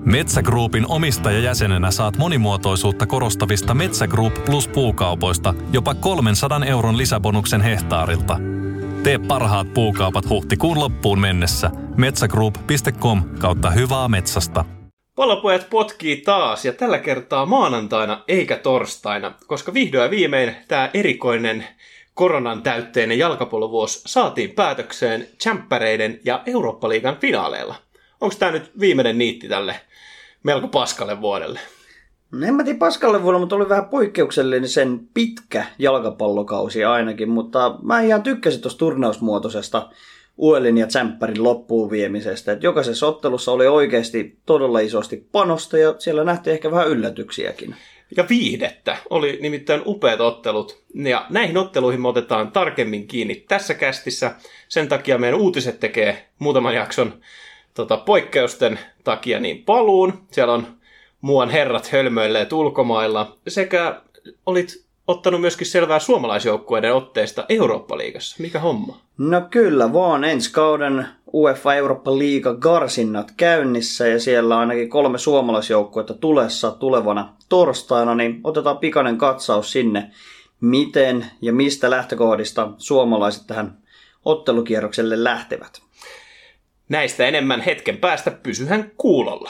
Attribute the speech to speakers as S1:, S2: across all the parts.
S1: Metsä Groupin omistajajäsenenä saat monimuotoisuutta korostavista Metsä Group Plus puukaupoista jopa 300 € lisäbonuksen hehtaarilta. Tee parhaat puukaupat huhtikuun loppuun mennessä. metsägroup.com/hyvää metsästä.
S2: Pallopojat potkii taas ja tällä kertaa maanantaina eikä torstaina, koska vihdoin ja viimein tämä erikoinen koronan täytteinen jalkapallovuosi saatiin päätökseen Tsemppäreiden ja Eurooppa-liigan finaaleilla. Onko tämä nyt viimeinen niitti tälle melko paskalle vuodelle?
S3: En mä tiedä paskalle vuodelle, mutta oli vähän poikkeuksellinen sen pitkä jalkapallokausi ainakin, mutta mä ihan tykkäsin tuosta turnausmuotoisesta UELin ja Tsemppärin loppuun viemisestä. Et jokaisessa ottelussa oli oikeasti todella isosti panosta ja siellä nähtiin ehkä vähän yllätyksiäkin.
S2: Ja viihdettä. Oli nimittäin upeat ottelut. Ja näihin otteluihin me otetaan tarkemmin kiinni tässä kästissä. Sen takia meidän uutiset tekee muutaman jakson poikkeusten takia niin paluun. Siellä on muuan herrat hölmöilleet ulkomailla. Sekä olit ottanut myöskin selvää suomalaisjoukkueiden otteista Eurooppa-liigassa. Mikä homma?
S3: No kyllä vaan. Ensi kauden UEFA Eurooppa-liiga karsinnat käynnissä ja siellä on ainakin 3 suomalaisjoukkuetta tulevana torstaina, niin otetaan pikainen katsaus sinne, miten ja mistä lähtökohdista suomalaiset tähän ottelukierrokselle lähtevät.
S2: Näistä enemmän hetken päästä, pysyhän kuulolla.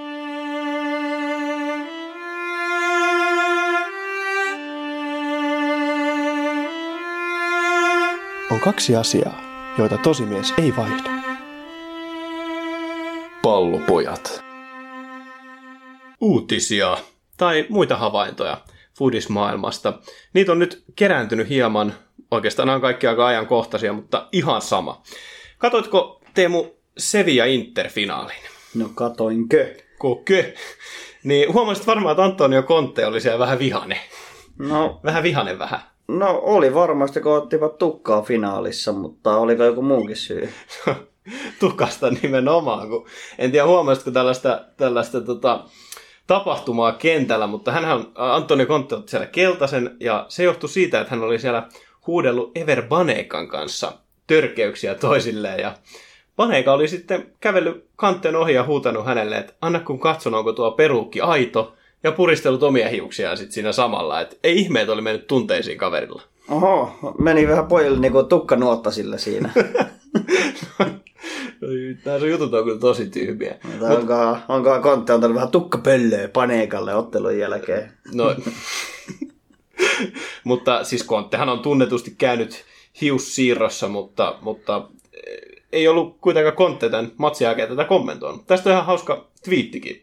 S4: On 2 asiaa, joita tosimies ei vaihda.
S2: Pallopojat. Uutisia tai muita havaintoja foodismaailmasta. Niitä on nyt kerääntynyt hieman. Oikeastaan on kaikki aika ajankohtaisia, mutta ihan sama. Katoitko, Teemu, Sevilla-Inter-finaalin?
S3: No katoinkö?
S2: Kokö? Niin huomasit varmaan, että Antonio Conte oli siellä vähän vihane.
S3: No,
S2: vähän vihane vähän.
S3: No oli varmasti, kun ottivat tukkaa finaalissa, mutta oliko joku muukin syy?
S2: Tukasta nimenomaan, kun en tiedä huomasitko tällaista tapahtumaa kentällä, mutta Antonio Conte otti siellä keltaisen ja se johtui siitä, että hän oli siellä huudellut Ever Banegan kanssa törkeyksiä toisilleen ja Banega oli sitten kävellyt Kanteen ohi ja huutanut hänelle, että anna kun katson, onko tuo peruukki aito. Ja puristellut omia hiuksiaan sitten siinä samalla. Et ei ihme, että oli mennyt tunteisiin kaverilla.
S3: Oho, meni vähän pojille niinku tukkanuotta sillä siinä.
S2: Nämä sun jutut on kyllä tosi tyhmiä.
S3: Onkohan Conte antanut vähän tukkapöllöä Banegalle ottelun jälkeen?
S2: No, mutta siis Contehan on tunnetusti käynyt hiussiirrossa, mutta ei ollut kuitenkaan Conte tämän matsin jälkeen tätä kommentoinut. Tästä on ihan hauska twiittikin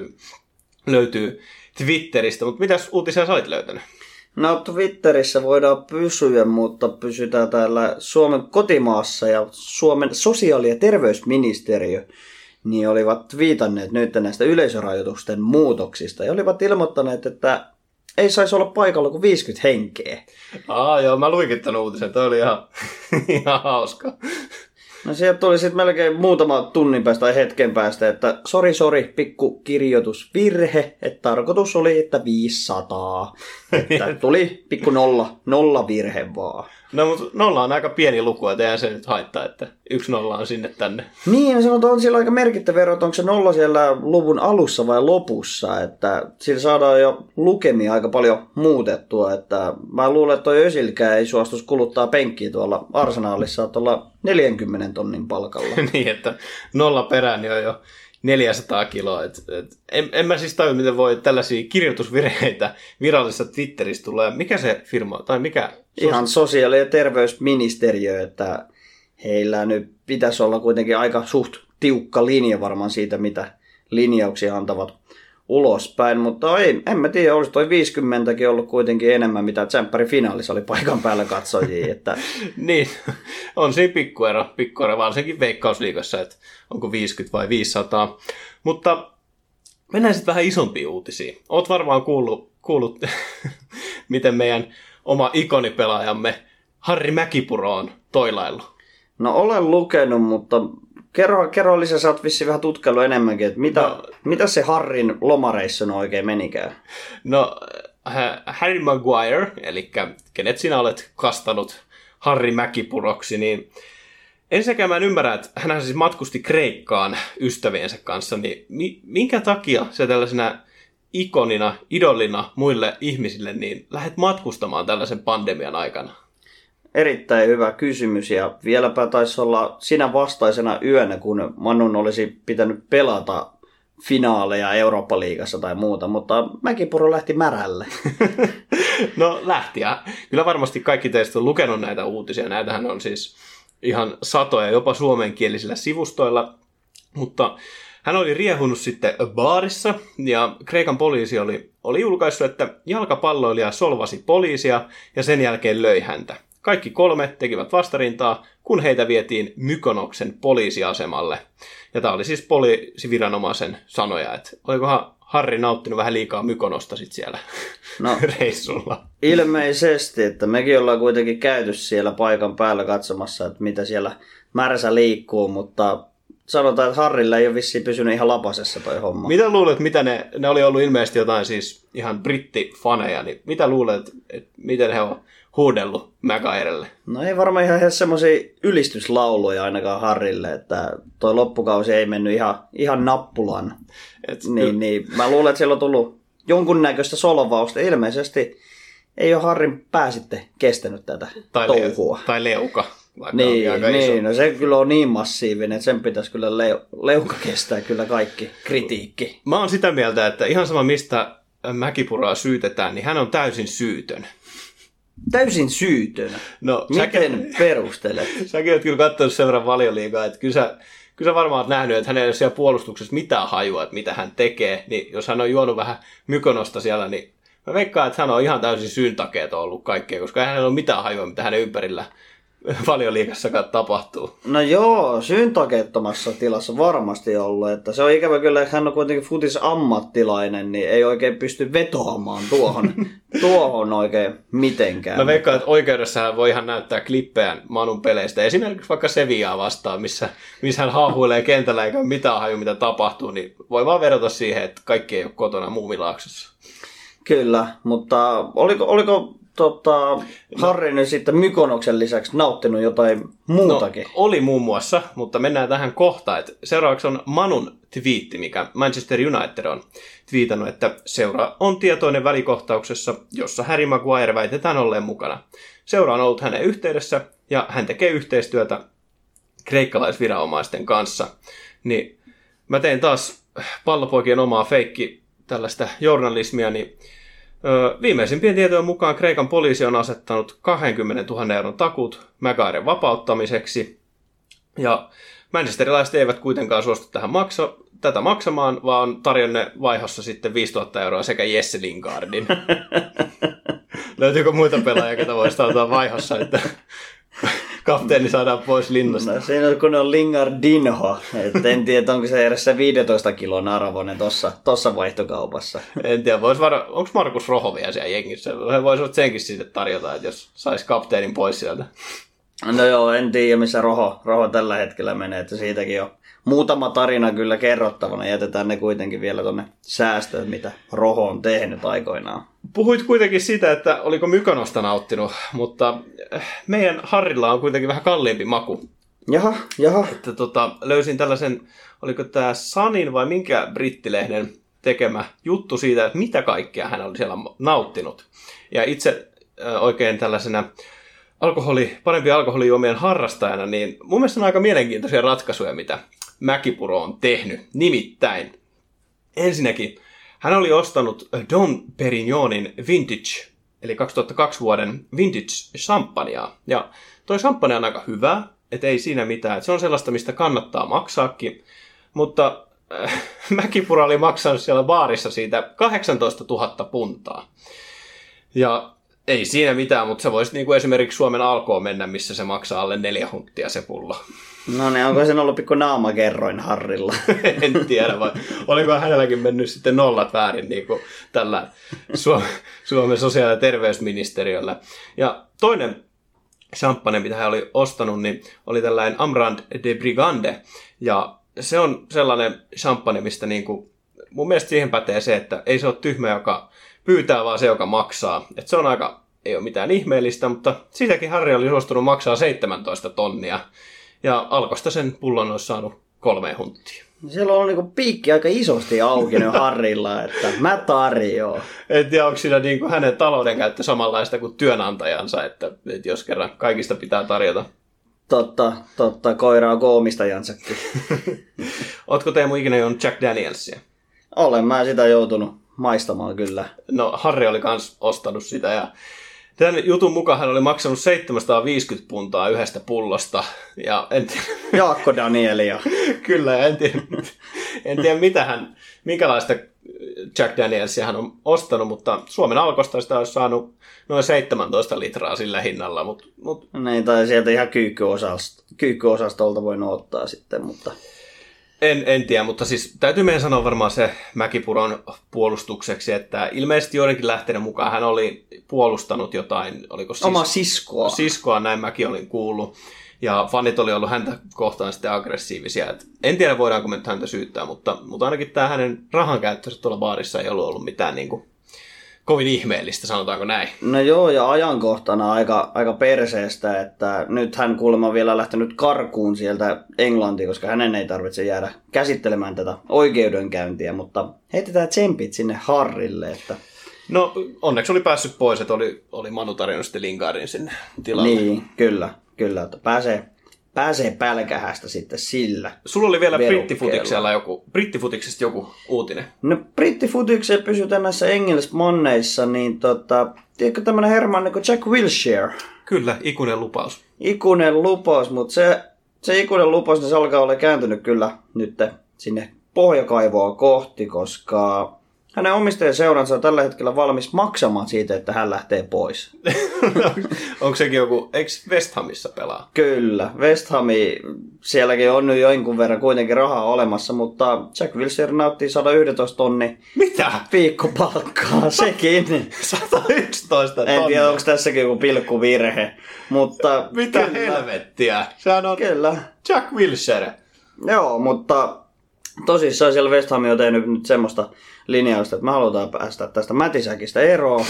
S2: löytyy Twitteristä, mutta mitäs uutisia sä olit löytänyt?
S3: No Twitterissä voidaan pysyä, mutta pysytään täällä Suomen kotimaassa ja Suomen sosiaali- ja terveysministeriö niin olivat viitanneet nyt näistä yleisörajoitusten muutoksista ja olivat ilmoittaneet, että ei saisi olla paikalla kuin 50 henkeä.
S2: Joo, mä luinkin tämän uutisen, toi oli ihan hauska.
S3: No sieltä tuli sitten melkein muutama tunnin päästä tai hetken päästä, että sori, pikku kirjoitusvirhe, että tarkoitus oli, että 500. Että tuli pikku nolla virhe vaan.
S2: No mutta 0 on aika pieni luku, että eihän se nyt haittaa, että 1 0 on sinne tänne.
S3: Niin, se on siellä aika merkittävä ero, että onko se 0 siellä luvun alussa vai lopussa, että sillä saadaan jo lukemia aika paljon muutettua, että mä luulen, että toi Özilkään ei suostuisi kuluttaa penkkiä tuolla Arsenaalissa, että olla 40 tonnin palkalla.
S2: Niin, että 0 perään niin on jo 400 kiloa. En mä siis tajua, miten voi tällaisia kirjoitusvirheitä virallisessa Twitterissä tulla. Mikä se firma, tai mikä?
S3: Ihan sosiaali- ja terveysministeriö, että heillä nyt pitäisi olla kuitenkin aika suht tiukka linja varmaan siitä, mitä linjauksia antavat ulospäin. Mutta en mä tiedä, olisi toi 50kin ollut kuitenkin enemmän, mitä Tsemppärin finaalissa oli paikan päällä katsojia. Että...
S2: Niin, on siinä pikkuero varsinkin Veikkausliigassa, että onko 50 vai 500. Mutta mennään sitten vähän isompiin uutisiin. Oot varmaan kuullut miten meidän oma ikonipelaajamme Harri Mäkipuro on toilaillut.
S3: No olen lukenut, mutta kerro lisää, sä oot vissiin vähän tutkailu enemmänkin, että mitä se Harrin lomareissun oikein menikään?
S2: No Harry Maguire, eli kenet sinä olet kastanut Harri Mäkipuroksi, niin Ensinnäkään mä en ymmärrä, että hän siis matkusti Kreikkaan ystäviensä kanssa, niin minkä takia se tällaisena ikonina, idolina muille ihmisille, niin lähdet matkustamaan tällaisen pandemian aikana?
S3: Erittäin hyvä kysymys, ja vieläpä taisi olla sinä vastaisena yönä, kun Manun olisi pitänyt pelata finaaleja Eurooppa-liigassa tai muuta, mutta Mäkipuro lähti märälle.
S2: No lähti, ja kyllä varmasti kaikki teistä on lukenut näitä uutisia. Näitähän on siis ihan satoja, jopa suomenkielisillä sivustoilla, mutta hän oli riehunut sitten baarissa, ja Kreikan poliisi oli julkaissut, että jalkapalloilija solvasi poliisia, ja sen jälkeen löi häntä. Kaikki 3 tekivät vastarintaa, kun heitä vietiin Mykonoksen poliisiasemalle. Ja tämä oli siis poliisiviranomaisen sanoja, että olikohan Harri nauttinut vähän liikaa Mykonosta sit siellä reissulla.
S3: Ilmeisesti, että mekin ollaan kuitenkin käyty siellä paikan päällä katsomassa, että mitä siellä märässä liikkuu, mutta sanotaan, että Harrilla ei ole vissiin pysynyt ihan lapasessa toi homma.
S2: Mitä luulet, mitä ne oli ollut ilmeisesti jotain siis ihan brittifaneja, niin mitä luulet, että miten he on huudellut Maguirelle?
S3: No ei varmaan ihan semmoisia ylistyslauluja ainakaan Harrille, että toi loppukausi ei mennyt ihan nappulaan. Niin, mä luulen, että siellä on tullut jonkunnäköistä solvausta. Ilmeisesti ei ole Harrin pää sitten kestänyt tätä touhua.
S2: Tai leuka.
S3: Niin, no se kyllä on niin massiivinen, että sen pitäisi kyllä leuka kestää kyllä kaikki kritiikki.
S2: Mä oon sitä mieltä, että ihan sama mistä Mäkipuroa syytetään, niin hän on täysin syytön.
S3: Täysin syytön?
S2: No,
S3: miten perustelet?
S2: Säkin oot kyllä katsonut sen verran Valioliigaa, että kyllä sä varmaan oot nähnyt, että hänellä ei ole siellä puolustuksessa mitään hajua, että mitä hän tekee. Niin jos hän on juonut vähän Mykonosta siellä, niin mä veikkaan, että hän on ihan täysin syyntakeet ollut kaikkea, koska hänellä ei ole mitään hajua, mitä hänen ympärillä Valioliigassakaan tapahtuu.
S3: No joo, syyntakeettomassa tilassa varmasti ollut, että se on ikävä kyllä, että hän on kuitenkin futisammattilainen, niin ei oikein pysty vetoamaan tuohon oikein mitenkään.
S2: Mä veikkaan, että oikeudessa hän voi ihan näyttää klippejä Manun peleistä, esimerkiksi vaikka Sevillaa vastaan, missä hän haahuilee kentällä eikä mitään haju, mitä tapahtuu, niin voi vaan vedota siihen, että kaikki ei ole kotona Muumilaaksossa.
S3: Kyllä, mutta oliko Harri nyt sitten Mykonoksen lisäksi nauttinut jotain muutakin?
S2: No, oli muun muassa, mutta mennään tähän kohtaan. Että seuraavaksi on Manun twiitti, mikä Manchester United on twiitannut, että seura on tietoinen välikohtauksessa, jossa Harry Maguire väitetään olleen mukana. Seura on ollut hänen yhteydessä ja hän tekee yhteistyötä kreikkalaisviranomaisten kanssa. Niin mä tein taas pallopoikien omaa feikki tällaista journalismia, niin viimeisimpien tietojen mukaan Kreikan poliisi on asettanut 20 000 euron takut Maguiren vapauttamiseksi. Ja manchesterilaiset eivät kuitenkaan suostu tätä maksamaan, vaan tarjonne vaihossa sitten 5 000 euroa sekä Jesse Lingardin. Löytyykö muita pelaajia, ketä voisi antaa vaihossa, että kapteeni saadaan pois linnasta?
S3: No siinä kun on Lingardinho. En tiedä, onko se edes se 15 kilon arvoinen tossa vaihtokaupassa.
S2: En tiedä, onko Markus Roho vielä siellä jengissä? He voisivat senkin sitten tarjota, että jos saisi kapteenin pois sieltä.
S3: No joo, en tiedä missä Roho tällä hetkellä menee, että siitäkin on muutama tarina kyllä kerrottavana. Jätetään ne kuitenkin vielä tuonne säästöön, mitä Roho on tehnyt aikoinaan.
S2: Puhuit kuitenkin siitä, että oliko Mykonosta nauttinut, mutta meidän Harrilla on kuitenkin vähän kalliimpi maku.
S3: Jaha.
S2: Että löysin tällaisen, oliko tämä Sunin vai minkä brittilehden tekemä juttu siitä, että mitä kaikkea hän oli siellä nauttinut. Ja itse oikein tällaisena parempi alkoholijuomien harrastajana, niin mun mielestä on aika mielenkiintoisia ratkaisuja, mitä Mäkipuro on tehnyt. Nimittäin, ensinnäkin, hän oli ostanut Dom Perignonin Vintage, eli 2002 vuoden Vintage champagnea. Ja toi champagne on aika hyvä, et ei siinä mitään. Et se on sellaista, mistä kannattaa maksaakin. Mutta Mäkipuro oli maksanut siellä baarissa siitä 18 000 puntaa. Ja ei siinä mitään, mutta sä voisit niinku esimerkiksi Suomen Alkoon mennä, missä se maksaa alle 4 hunttia se pullo.
S3: No niin, onko sen ollut pikku naamakerroin Harrilla?
S2: En tiedä, vai oliko hänelläkin mennyt sitten nollat väärin niin kuin tällä Suomen sosiaali- ja terveysministeriöllä. Ja toinen champagne, mitä hän oli ostanut, niin oli tällainen Amrand de Brigande. Ja se on sellainen champagne, mistä niin kuin, mun mielestä siihen pätee se, että ei se ole tyhmä, joka pyytää, vaan se, joka maksaa. Et se on aika, ei ole mitään ihmeellistä, mutta siitäkin Harri oli suostunut maksaa 17 tonnia. Ja Alkosta sen pullon olisi saanut 3 hunttia.
S3: Siellä on niinku piikki aika isosti auki nyt Harrilla, että mä tarjoan.
S2: En tiedä, onko siinä niin kuin hänen taloudenkäyttö samanlaista kuin työnantajansa, että jos kerran kaikista pitää tarjota.
S3: Totta, koiraa koomistajansakin.
S2: Ootko Teemu ikinä juonut Jack Danielsia?
S3: Olen mä sitä joutunut maistamaan kyllä.
S2: No, Harri oli kans ostanut sitä ja tämän jutun mukaan hän oli maksanut 750 puntaa yhdestä pullosta. Ja
S3: Jaakko Danielia.
S2: Kyllä, ja en tiedä minkälaista Jack Danielsia hän on ostanut, mutta Suomen Alkosta sitä olisi saanut noin 17 litraa sillä hinnalla.
S3: Niin, tai sieltä ihan kyykkyosastolta voi ottaa sitten, mutta...
S2: En tiedä, mutta siis täytyy meidän sanoa varmaan se Mäkipuron puolustukseksi, että ilmeisesti joidenkin lähteiden mukaan hän oli puolustanut jotain, oliko
S3: oma siskoa.
S2: Siskoa, näin mäkin olin kuullut. Ja fanit oli ollut häntä kohtaan sitten aggressiivisia. En tiedä, voidaanko me nyt häntä syyttää, mutta ainakin tämä hänen rahankäyttönsä tuolla baarissa ei ollut mitään niin kuin kovin ihmeellistä, sanotaanko näin.
S3: No joo, ja ajankohtana aika perseestä, että nyt hän kuulemma vielä lähtenyt karkuun sieltä Englantiin, koska hänen ei tarvitse jäädä käsittelemään tätä oikeudenkäyntiä, mutta heitetään tsempit sinne Harrille, että...
S2: No onneksi oli päässyt pois, että oli Manu tarjonnut sitten Lingardin sinne tilalle.
S3: Niin, kyllä, että pääsee pälkähästä sitten sillä.
S2: Sulla oli vielä brittifutiksesta joku uutinen.
S3: No brittifutikseen pysytään näissä engelsmanneissa, niin tiedätkö tämmönen herman niin kuin Jack Wilshere?
S2: Kyllä, ikuinen lupaus.
S3: Ikuinen lupaus, mutta se ikuinen lupaus, niin se alkaa olla kääntynyt kyllä nyt sinne pohjakaivoa kohti, koska hänen omistajaseuransa on tällä hetkellä valmis maksamaan siitä, että hän lähtee pois.
S2: Onko sekin joku, eikö West Hamissa pelaa?
S3: Kyllä, West Hami, sielläkin on nyt jonkun verran kuitenkin rahaa olemassa, mutta Jack Wilshere nauttii 111 tonnia.
S2: Mitä?
S3: Viikkopalkkaa, sekin.
S2: 111 tonnia?
S3: En tiedä, onko tässäkin joku pilkkuvirhe, mutta...
S2: Mitä kyllä. Helvettiä? Sehän on
S3: kyllä.
S2: Jack Wilshere.
S3: Joo, mutta tosissaan siellä West Ham on tehnyt nyt semmoista linjausta, että me halutaan päästä tästä Mätisäkistä eroon.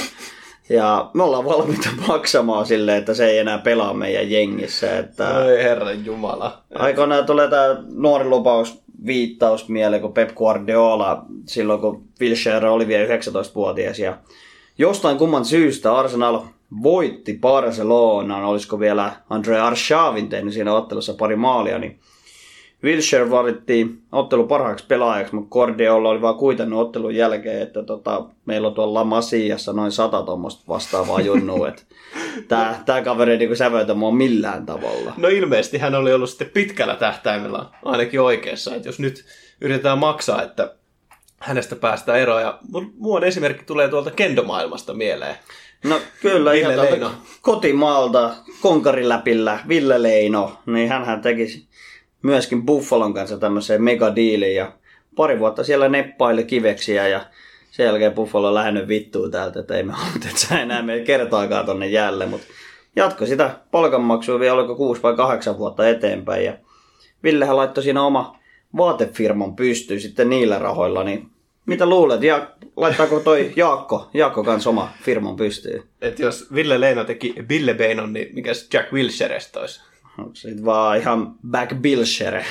S3: Ja me ollaan valmiita maksamaan silleen, että se ei enää pelaa meidän jengissä. Että
S2: oi herran jumala.
S3: Aikoinaan tulee tämä nuori lupaus viittaus mieleen, kun Pep Guardiola silloin, kun Wilshere oli vielä 19-vuotias. Ja jostain kumman syystä Arsenal voitti Barcelonan, olisiko vielä Andre Arshavin tehnyt siinä ottelussa pari maalia, niin Wilshere valittiin ottelun parhaaksi pelaajaksi, mutta Guardiola oli vaan kuitannut ottelun jälkeen, että meillä on tuolla La Masiassa noin 100 tuommoista vastaavaa junnua, että tämä kaveri ei niin säväytä mua millään tavalla.
S2: No ilmeisesti hän oli ollut sitten pitkällä tähtäimellä ainakin oikeassa, että jos nyt yritetään maksaa, että hänestä päästään eroon. Ja muun esimerkki tulee tuolta kendomaailmasta mieleen.
S3: No kyllä,
S2: Ville Leino.
S3: Kotimaalta, Konkariläpillä, Ville Leino, niin hänhän teki myöskin Buffalon kanssa tämmöiseen megadiiliin ja pari vuotta siellä neppaili kiveksiä ja sen jälkeen Buffalo on lähennyt vittuun täältä, että ei me haluta, että sä enää mene kertaakaan tonne jälleen, mutta jatko sitä palkanmaksua vielä oliko 6 vai 8 vuotta eteenpäin ja Villehän laittoi siinä oma vaatefirman pystyyn sitten niillä rahoilla, niin mitä luulet, laittaako toi Jaakko kanssa oma firman pystyyn?
S2: Että jos Ville Leino teki Ville Beinon, niin mikäs Jack Wilsherestä olisi?
S3: Onko sit vaan ihan Back Wilshere?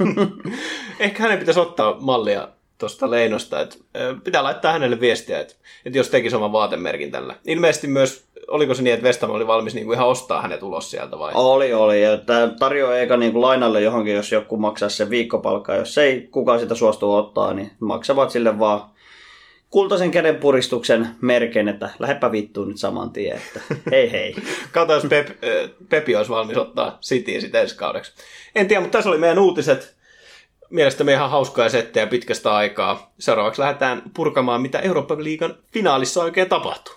S2: Ehkä hänen pitäisi ottaa mallia tuosta Leinosta, että pitää laittaa hänelle viestiä, että jos tekisi oman vaatemerkin tällä. Ilmeisesti myös, oliko se niin, että West Ham oli valmis niin kuin ihan ostaa hänet ulos sieltä vai?
S3: Oli. Että tarjoaa eikä niin kuin lainalle johonkin, jos joku maksaa sen viikkopalkkaa. Jos ei kukaan sitä suostu ottaa, niin maksavat sille vaan kultaisen kädenpuristuksen merkin, että lähdepä vittuun nyt saman tien, että hei.
S2: Kato, jos Pepi olisi valmis ottaa Cityin sitten ensi kaudeksi. En tiedä, mutta tässä oli meidän uutiset. Mielestäni ihan hauskaa settejä pitkästä aikaa. Seuraavaksi lähdetään purkamaan, mitä Eurooppa-liigan finaalissa oikein tapahtuu.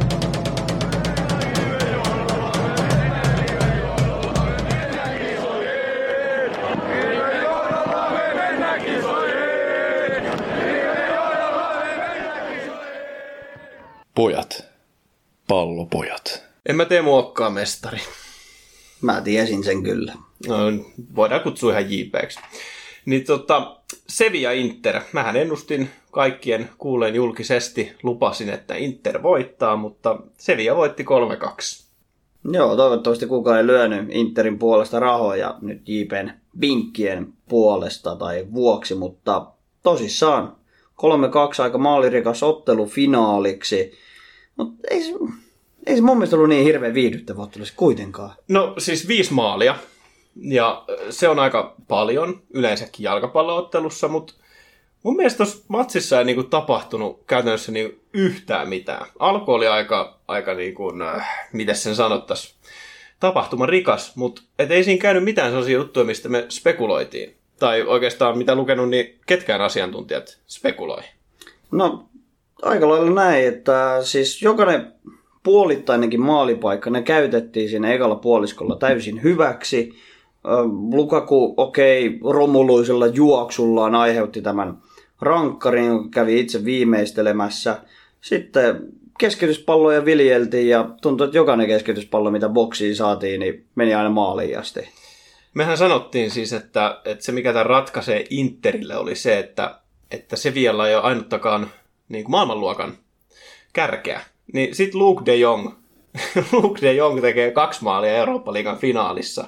S4: Pojat. Pallopojat.
S2: En mä tee muokkaa mestari.
S3: Mä tiesin sen kyllä.
S2: No, voidaan kutsua ihan JP:ksi. Niin Sevilla Inter. Mähän ennustin kaikkien kuuleen julkisesti. Lupasin, että Inter voittaa, mutta Sevilla voitti 3-2.
S3: Joo, toivottavasti kukaan ei lyönyt Interin puolesta rahoja nyt JPn vinkkien puolesta tai vuoksi, mutta tosissaan 3-2 aika maalirikas ottelu finaaliksi, mutta ei se mun mielestä ollut niin hirveän viihdyttävä ottelu kuitenkaan.
S2: No siis 5 maalia, ja se on aika paljon yleensäkin jalkapalloottelussa, mutta mun mielestä tuossa matsissa ei niinku tapahtunut käytännössä niinku yhtään mitään. Alku oli aika niinku, miten sen sanottaisiin, tapahtuman rikas, mutta ei siinä käynyt mitään sellaisia juttuja, mistä me spekuloitiin. Tai oikeastaan mitä lukenut, niin ketkään asiantuntijat spekuloi.
S3: No aika lailla näin, että siis jokainen puolittainenkin maalipaikka, ne käytettiin siinä ekalla puoliskolla täysin hyväksi. Lukaku, romuluisella juoksullaan aiheutti tämän rankkarin, joka kävi itse viimeistelemässä. Sitten keskityspalloja viljeltiin ja tuntui, että jokainen keskityspallo, mitä boksiin saatiin, niin meni aina maaliin asti.
S2: Mehän sanottiin siis, että se mikä tämän ratkaisee Interille oli se, että Sevillalla ei ole ainuttakaan niin kuin maailmanluokan kärkeä. Niin sitten Luuk de Jong tekee 2 maalia Eurooppa-liigan finaalissa.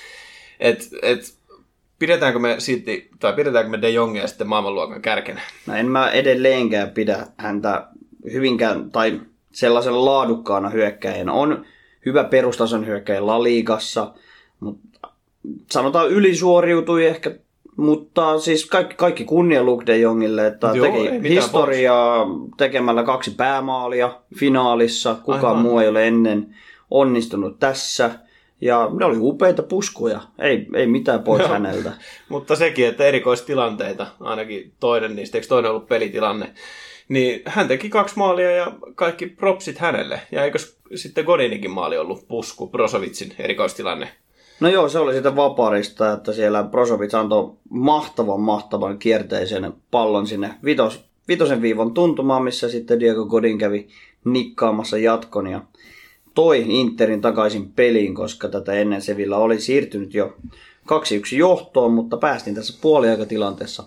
S2: Pidetäänkö me de Jongia sitten maailmanluokan kärkenä?
S3: No en mä edelleenkään pidä häntä hyvinkään tai sellaisella laadukkaana hyökkäjänä. On hyvä perustason hyökkäjä La Ligassa, mutta sanotaan ylisuoriutui ehkä, mutta siis kaikki kunnia Luuk de Jongille, että teki historiaa tekemällä 2 päämaalia finaalissa. Kukaan muu ei ole ennen onnistunut tässä. Ja ne oli upeita puskuja, ei mitään pois häneltä.
S2: Mutta sekin, että erikoistilanteita, ainakin toinen niistä, eikö toinen ollut pelitilanne, niin hän teki 2 maalia ja kaikki propsit hänelle. Ja eikö sitten Godinikin maali ollut pusku, Brozovicin erikoistilanne?
S3: No joo, se oli sitä vaparista, että siellä Brozovic antoi mahtavan kierteisen pallon sinne vitosen viivon tuntumaan, missä sitten Diego Godin kävi nikkaamassa jatkon ja toi Interin takaisin peliin, koska tätä ennen Sevilla oli siirtynyt jo 2-1 johtoon, mutta päästiin tässä puoliaikatilanteessa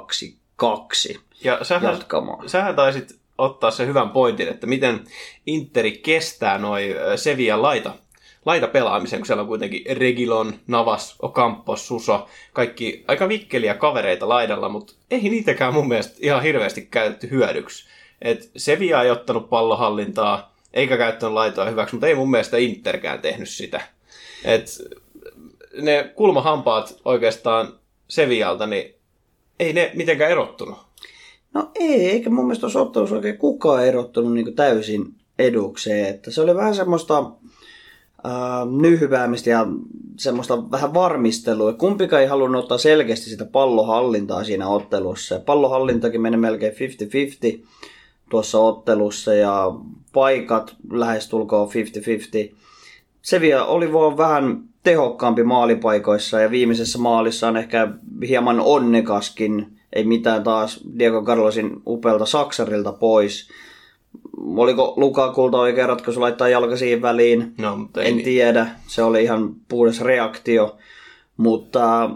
S3: 2-2 jatkamaan. Sähän
S2: taisit ottaa sen hyvän pointin, että miten Interi kestää noi Sevillan laita pelaamisen, kun siellä on kuitenkin Reguilon, Navas, Ocampos, Suso, kaikki aika vikkeliä kavereita laidalla, mutta ei niitäkään mun mielestä ihan hirveästi käytetty hyödyksi. Et Sevilla ei ottanut pallohallintaa, eikä käyttänyt laitoa hyväksi, mutta ei mun mielestä Interkään tehnyt sitä. Et ne kulmahampaat oikeastaan Sevillalta, niin ei ne mitenkään erottunut.
S3: No eikä mun mielestä tuossa ottelussa oikein kukaan erottunut niin täysin edukseen. Että se oli vähän semmoista nyhväämistä ja semmoista vähän varmistelua. Kumpikaan ei halunnut ottaa selkeästi sitä pallohallintaa siinä ottelussa. Ja pallohallintakin meni melkein 50-50 tuossa ottelussa ja paikat lähestulkoon 50-50. Sevilla oli vaan vähän tehokkaampi maalipaikoissa ja viimeisessä maalissa on ehkä hieman onnekaskin. Ei mitään taas Diego Carlosin upealta saksarilta pois. Oliko Lukakulta oikea ratkaisu laittaa jalka siihen väliin?
S2: No,
S3: en tiedä. Se oli ihan puhdas reaktio. Mutta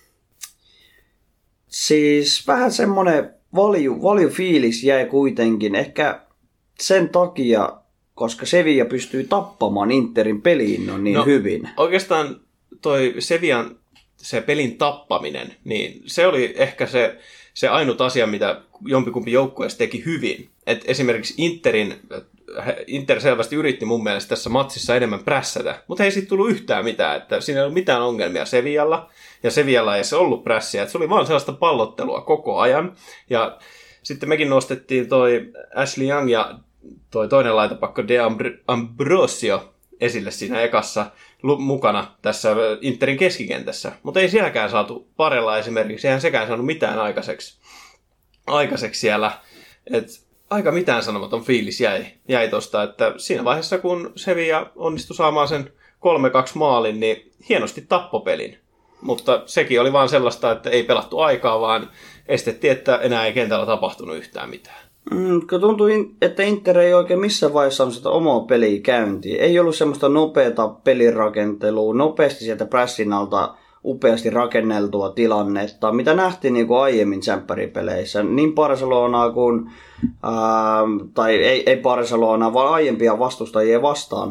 S3: siis vähän semmoinen valju-fiilis jäi kuitenkin. Ehkä sen takia, koska Sevilla pystyy tappamaan Interin peliin niin hyvin.
S2: Oikeastaan toi Sevillan se pelin tappaminen, niin se oli ehkä se ainut asia, mitä jompikumpi joukkueessa teki hyvin. Et esimerkiksi Inter selvästi yritti mun mielestä tässä matsissa enemmän prässätä, mutta ei siitä tullut yhtään mitään. Että siinä ei ollut mitään ongelmia Sevillalla, ja Sevillalla ei se ollut prässiä. Et se oli vaan sellaista pallottelua koko ajan. Ja sitten mekin nostettiin toi Ashley Young ja toi toinen laitapakko De Ambrosio esille siinä ekassa mukana tässä Interin keskikentässä. Mutta ei sielläkään saatu Parella esimerkiksi, eihän sekään saanut mitään aikaiseksi siellä. Et aika mitään sanomaton fiilis jäi tosta, että siinä vaiheessa kun Sevilla onnistui saamaan sen 3-2 maalin, niin hienosti tappopelin. Mutta sekin oli vaan sellaista, että ei pelattu aikaa, vaan estettiin, että enää ei kentällä tapahtunut yhtään mitään.
S3: Kun tuntui, että Inter ei oikein missään vaiheessa saanut sitä omaa peliä käyntiin. Ei ollut semmoista nopeata pelirakentelua, nopeasti sieltä pressin alta upeasti rakenneltua tilannetta, mitä nähtiin niin kuin aiemmin tsemppäripeleissä. Niin Barcelonaa kuin, tai ei Barcelonaa, vaan aiempia vastustajia vastaan.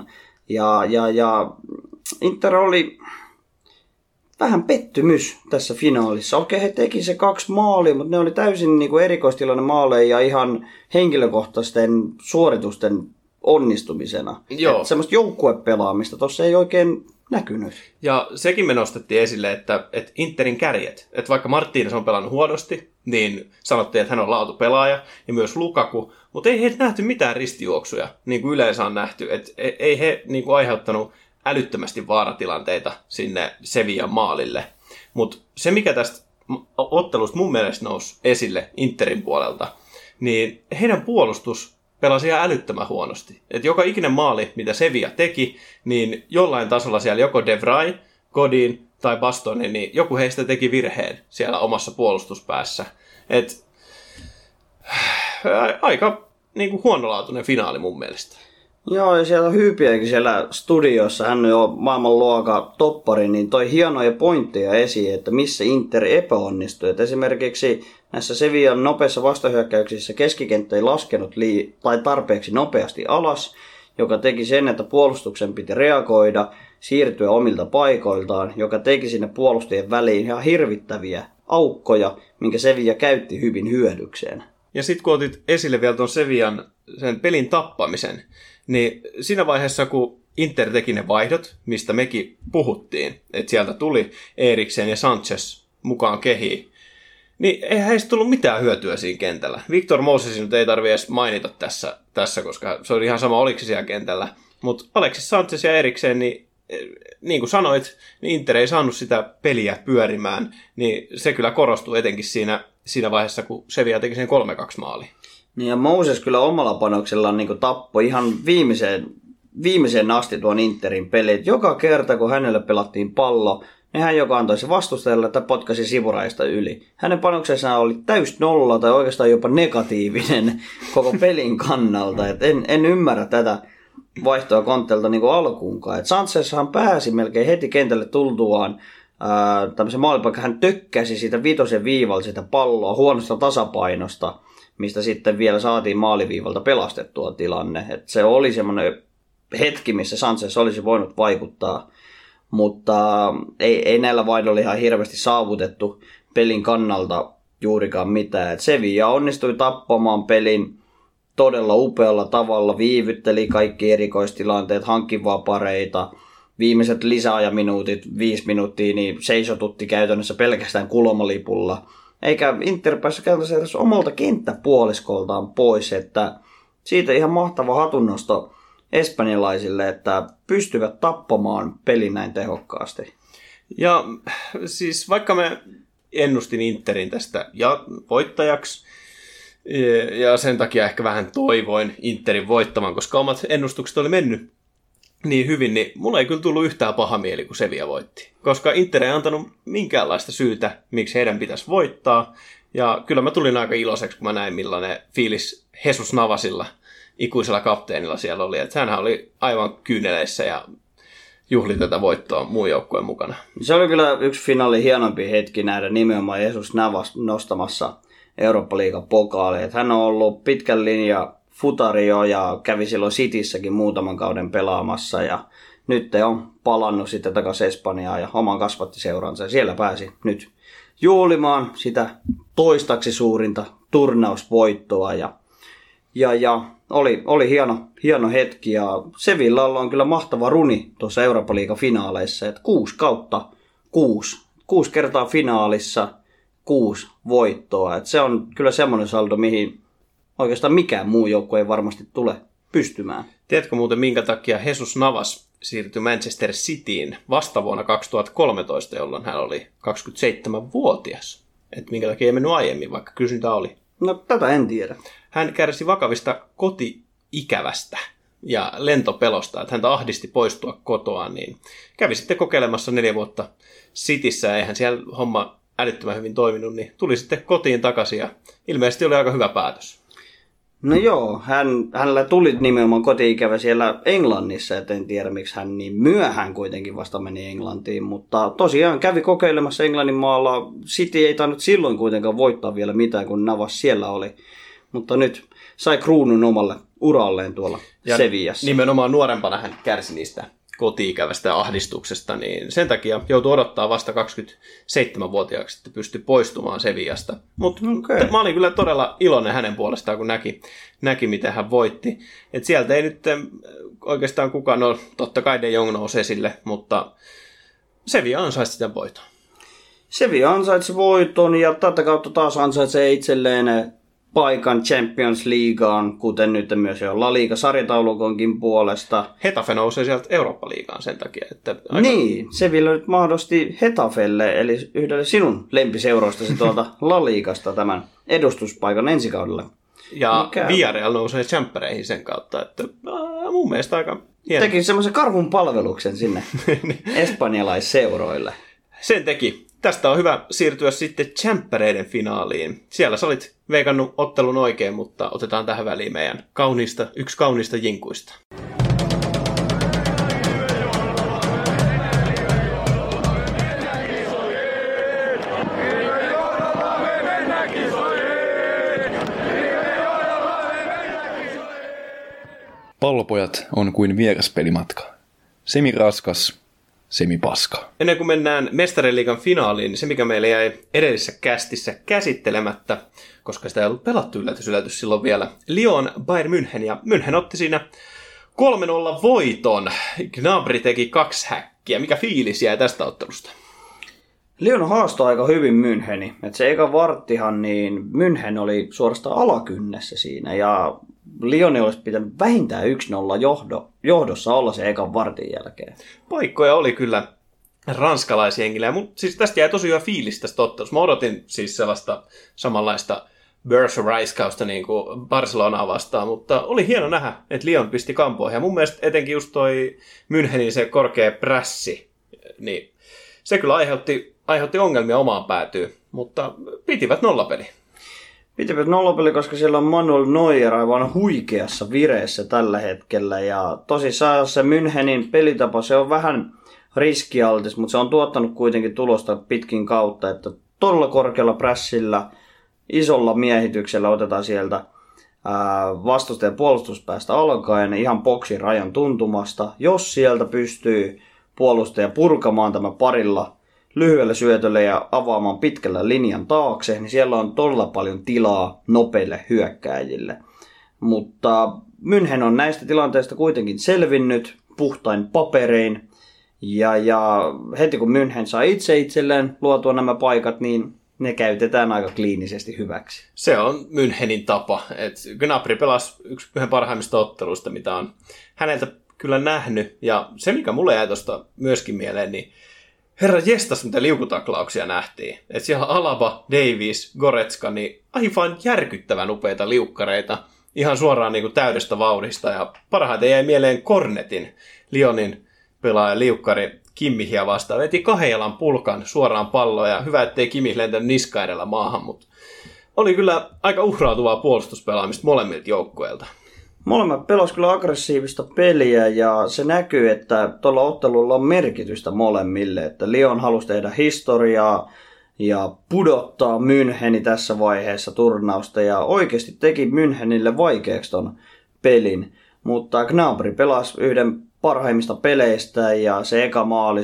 S3: Ja Inter oli vähän pettymys tässä finaalissa. Okei, he teki se 2 maalia, mutta ne oli täysin niin kuin erikoistilanne maaleja ja ihan henkilökohtaisten suoritusten onnistumisena. Semmoista joukkuepelaamista tuossa ei oikein näkynyt.
S2: Ja sekin me nostettiin esille, että Interin kärjet, että vaikka Martínez on pelannut huonosti, niin sanottiin, että hän on laatupelaaja, ja myös Lukaku, mutta ei heitä nähty mitään ristijuoksuja, niin kuin yleensä on nähty. Että ei he niin kuin aiheuttanut älyttömästi vaaratilanteita sinne Sevillan maalille. Mutta se, mikä tästä ottelusta mun mielestä nousi esille Interin puolelta, niin heidän puolustus pelasi ihan älyttömän huonosti. Et joka ikinen maali, mitä Sevilla teki, niin jollain tasolla siellä joko De Vrij, Godin tai Bastoni, niin joku heistä teki virheen siellä omassa puolustuspäässä. Et aika niin kuin huonolaatuinen finaali mun mielestä.
S3: Joo, ja siellä Hyypiäkin siellä studiossa, hän on jo maailmanluokan toppari, niin toi hienoja pointteja esiin, että missä Inter epäonnistui. Et esimerkiksi näissä Sevillan nopeissa vastahyökkäyksissä keskikenttä ei laskenut tai tarpeeksi nopeasti alas, joka teki sen, että puolustuksen piti reagoida, siirtyä omilta paikoiltaan, joka teki sinne puolustajien väliin ihan hirvittäviä aukkoja, minkä Sevilla käytti hyvin hyödykseen.
S2: Ja sitten kun otit esille vielä tuon Sevillan sen pelin tappamisen, niin siinä vaiheessa, kun Inter teki ne vaihdot, mistä mekin puhuttiin, että sieltä tuli Eriksen ja Sanchez mukaan kehiin, niin eihän heistä tullut mitään hyötyä siinä kentällä. Victor Mosesin nyt ei tarvitse edes mainita tässä, koska se oli ihan sama, oliko se siellä kentällä. Mutta Alexis Sanchez ja Eriksen, niin kuin sanoit, niin Inter ei saanut sitä peliä pyörimään, niin se kyllä korostui etenkin siinä vaiheessa, kun Sevilla teki sen 3-2 maali.
S3: Niin ja Moses kyllä omalla panoksellaan niin tappoi ihan viimeiseen asti tuon Interin pelin. Joka kerta, kun hänelle pelattiin pallo, niin hän joka antoi se vastustajalle tai potkasi sivuraista yli. Hänen panoksensa oli täys nolla tai oikeastaan jopa negatiivinen koko pelin kannalta. Et en ymmärrä tätä vaihtoa Contelta niin alkuunkaan. Sanchezhan pääsi melkein heti kentälle tultuaan tämmöisen maalipaikan. Hän tökkäsi siitä vitosen viivalta sitä palloa huonosta tasapainosta, mistä sitten vielä saatiin maaliviivalta pelastettua tilanne. Et se oli semmoinen hetki, missä Sanchez olisi voinut vaikuttaa, mutta ei näillä vaihdoilla ihan hirveästi saavutettu pelin kannalta juurikaan mitään. Et Sevilla onnistui tappamaan pelin todella upealla tavalla, viivytteli kaikki erikoistilanteet, hankki vapareita, viimeiset lisäajaminuutit, 5 minuuttia, niin seisotutti käytännössä pelkästään kulmalipulla. Eikä Inter päässyt käytännössä edes omalta kenttäpuoliskoltaan pois, että siitä ihan mahtava hatunnosto espanjalaisille, että pystyvät tappamaan pelin näin tehokkaasti.
S2: Ja siis vaikka mä ennustin Interin tästä voittajaksi, ja sen takia ehkä vähän toivoin Interin voittamaan, koska omat ennustukset oli mennyt niin hyvin, niin mulla ei kyllä tullut yhtään paha mieli, kun Sevilla voitti. Koska Inter ei antanut minkäänlaista syytä, miksi heidän pitäisi voittaa. Ja kyllä mä tulin aika iloiseksi, kun mä näin, millainen fiilis Jesus Navasilla, ikuisella kapteenilla siellä oli. Että hänhän oli aivan kyyneleissä ja juhli tätä voittoa muun joukkueen mukana.
S3: Se oli kyllä yksi finaalin hienompi hetki nähdä nimenomaan Jesus Navas nostamassa Eurooppa-liigan pokaali. Että hän on ollut pitkän linjan futario ja kävi silloin Cityssäkin muutaman kauden pelaamassa ja nyt on palannut sitten takaisin Espanjaan ja oman kasvattiseuransa ja siellä pääsi nyt juhlimaan sitä toistaksi suurinta turnausvoittoa ja oli hieno hetki ja Sevillalla on kyllä mahtava runi tuossa Eurooppa-liigan finaaleissa, että 6 kertaa finaalissa 6 voittoa, että se on kyllä semmoinen saldo, mihin oikeastaan mikään muu joukkue ei varmasti tule pystymään.
S2: Tiedätkö muuten, minkä takia Jesus Navas siirtyi Manchester Cityin vasta vuonna 2013, jolloin hän oli 27-vuotias? Että minkä takia ei mennyt aiemmin, vaikka kysyntä oli?
S3: No tätä en tiedä.
S2: Hän kärsi vakavista koti-ikävästä ja lentopelosta, että häntä ahdisti poistua kotoaan, niin kävi sitten kokeilemassa 4 vuotta Cityssä ja eihän siellä homma älyttömän hyvin toiminut, niin tuli sitten kotiin takaisin ja ilmeisesti oli aika hyvä päätös.
S3: No joo, hänellä tuli nimenomaan koti-ikävä siellä Englannissa, et en tiedä miksi hän niin myöhään kuitenkin vasta meni Englantiin, mutta tosiaan kävi kokeilemassa Englannin maalla. City ei tainnut silloin kuitenkaan voittaa vielä mitään, kun Navas siellä oli, mutta nyt sai kruunun uralleen tuolla Sevillassa.
S2: Nimenomaan nuorempana hän kärsi niistä koti-ikävästä ahdistuksesta, niin sen takia joutui odottaa vasta 27-vuotiaaksi, että pystyi poistumaan Sevillasta. Mutta mä olin kyllä todella iloinen hänen puolestaan, kun näki miten hän voitti. Et sieltä ei nyt oikeastaan kukaan, no totta kai De Jong nousi esille, mutta Sevilla ansaitsi sitä voiton.
S3: Sevilla ansaitsi voiton ja tätä kautta taas ansaitsee itselleen paikan Champions Leagueaan, kuten nyt myös jo La Liga-sarjataulukonkin puolesta.
S2: Hetafe nousee sieltä Eurooppa-liigaan sen takia. Että
S3: Niin, Sevilla nyt mahdollisti Hetafelle, eli yhdelle sinun lempiseuroistasi tuolta La Ligasta tämän edustuspaikan ensi kaudella.
S2: Ja Villarreal nousee Champereihin sen kautta, että mun mielestä aika hieno.
S3: Teki semmoisen karhun palveluksen sinne espanjalaisseuroille.
S2: Sen teki. Tästä on hyvä siirtyä sitten Champereiden finaaliin. Siellä sä olit veikannut ottelun oikein, mutta otetaan tähän väliin meidän yksi kauniista jinkuista.
S5: Pallopojat on kuin vieraspelimatka. Semi raskas, semi paska.
S2: Ennen kuin mennään Mestariliigan finaaliin, niin se mikä meillä jäi edellisessä kästissä käsittelemättä, koska sitä ei ollut pelattu yllätys silloin vielä, Lyon Bayern München, ja München otti siinä 3-0 voiton. Gnabry teki 2 häkkiä. Mikä fiilis jäi tästä ottelusta?
S3: Lyon haastoi aika hyvin Müncheni. Se eka varttihan, niin München oli suorastaan alakynnessä siinä, ja Lyon olisi pitänyt vähintään 1-0 johdossa olla se ekan vartin jälkeen.
S2: Paikkoja oli kyllä ranskalaisjengillä. Siis tästä jäi tosi hyvä fiilis tästä ottelusta. Mä odotin siis sellaista samanlaista Berseraiskausta niin kuin Barcelonaa vastaan, mutta oli hieno nähdä, että Lyon pisti kampoihin. Ja mun mielestä etenkin just toi Münchenin se korkea prässi, niin se kyllä aiheutti ongelmia omaan päätyyn, mutta pitivät nollapeli.
S3: Pitivät nollapeli, koska siellä on Manuel Neuer aivan huikeassa vireessä tällä hetkellä. Ja tosissaan se Münchenin pelitapa, se on vähän riskialtis, mutta se on tuottanut kuitenkin tulosta pitkin kautta. Että todella korkealla prässillä, isolla miehityksellä otetaan sieltä vastustajan puolustuspäästä alkaen ihan boksin rajan tuntumasta. Jos sieltä pystyy puolustaja purkamaan tämä parilla lyhyellä syötöllä ja avaamaan pitkällä linjan taakse, niin siellä on todella paljon tilaa nopeille hyökkääjille. Mutta München on näistä tilanteista kuitenkin selvinnyt puhtain paperein. Ja heti kun München saa itselleen luotua nämä paikat, niin ne käytetään aika kliinisesti hyväksi.
S2: Se on Münchenin tapa. Gnabry pelasi yhden parhaimmista otteluista, mitä on häneltä kyllä nähnyt. Ja se, mikä mulle jäi tuosta myöskin mieleen, niin herra jestas, mitä liukutaklauksia nähtiin. Että siellä Alaba, Davies, Goretzka, niin aivan järkyttävän upeita liukkareita. Ihan suoraan niin kuin täydestä vauhdista. Ja parhaiten jäi mieleen Kornetin, Lyonin pelaaja liukkari Kimmihia vastaan. Veti 2 jalan pulkan suoraan palloon ja hyvä, ettei Kimmih lentänyt niska edellä maahan. Mutta oli kyllä aika uhrautuvaa puolustuspelaamista molemmilta joukkueilta.
S3: Molemmat pelasivat kyllä aggressiivista peliä ja se näkyy, että tuolla ottelulla on merkitystä molemmille. Että Lyon halusi tehdä historiaa ja pudottaa Müncheni tässä vaiheessa turnausta ja oikeasti teki Münchenille vaikeaksi ton pelin. Mutta Gnabry pelasi yhden parhaimmista peleistä ja se eka maali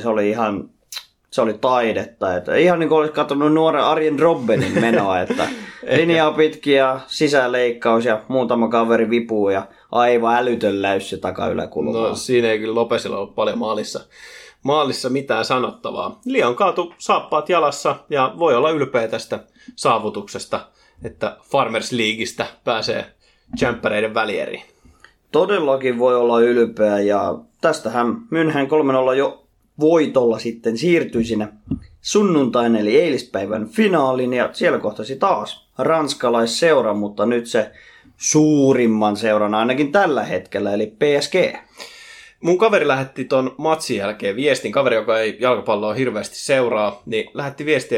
S3: se oli taidetta. Että ihan niin kuin olisi katsonut nuoren Arjen Robbenin menoa, että linjaa pitkiä, sisäleikkaus ja muutama kaveri vipuu ja aivan älytön läyssy takayläkulmaa.
S2: No siinä ei kyllä Lopesilla ollut paljon maalissa mitään sanottavaa. Lyon kaatu saappaat jalassa ja voi olla ylpeä tästä saavutuksesta, että Farmers Leagueistä pääsee Champereiden välieriin.
S3: Todellakin voi olla ylpeä ja tästähän München 3-0 jo voitolla sitten siirtyi sinne sunnuntain eli eilispäivän finaalin ja siellä kohtasi taas ranskalaisseura, mutta nyt se suurimman seuran ainakin tällä hetkellä eli PSG.
S2: Mun kaveri lähetti ton matsin jälkeen viestin, kaveri joka ei jalkapalloa hirveästi seuraa, niin lähetti viesti,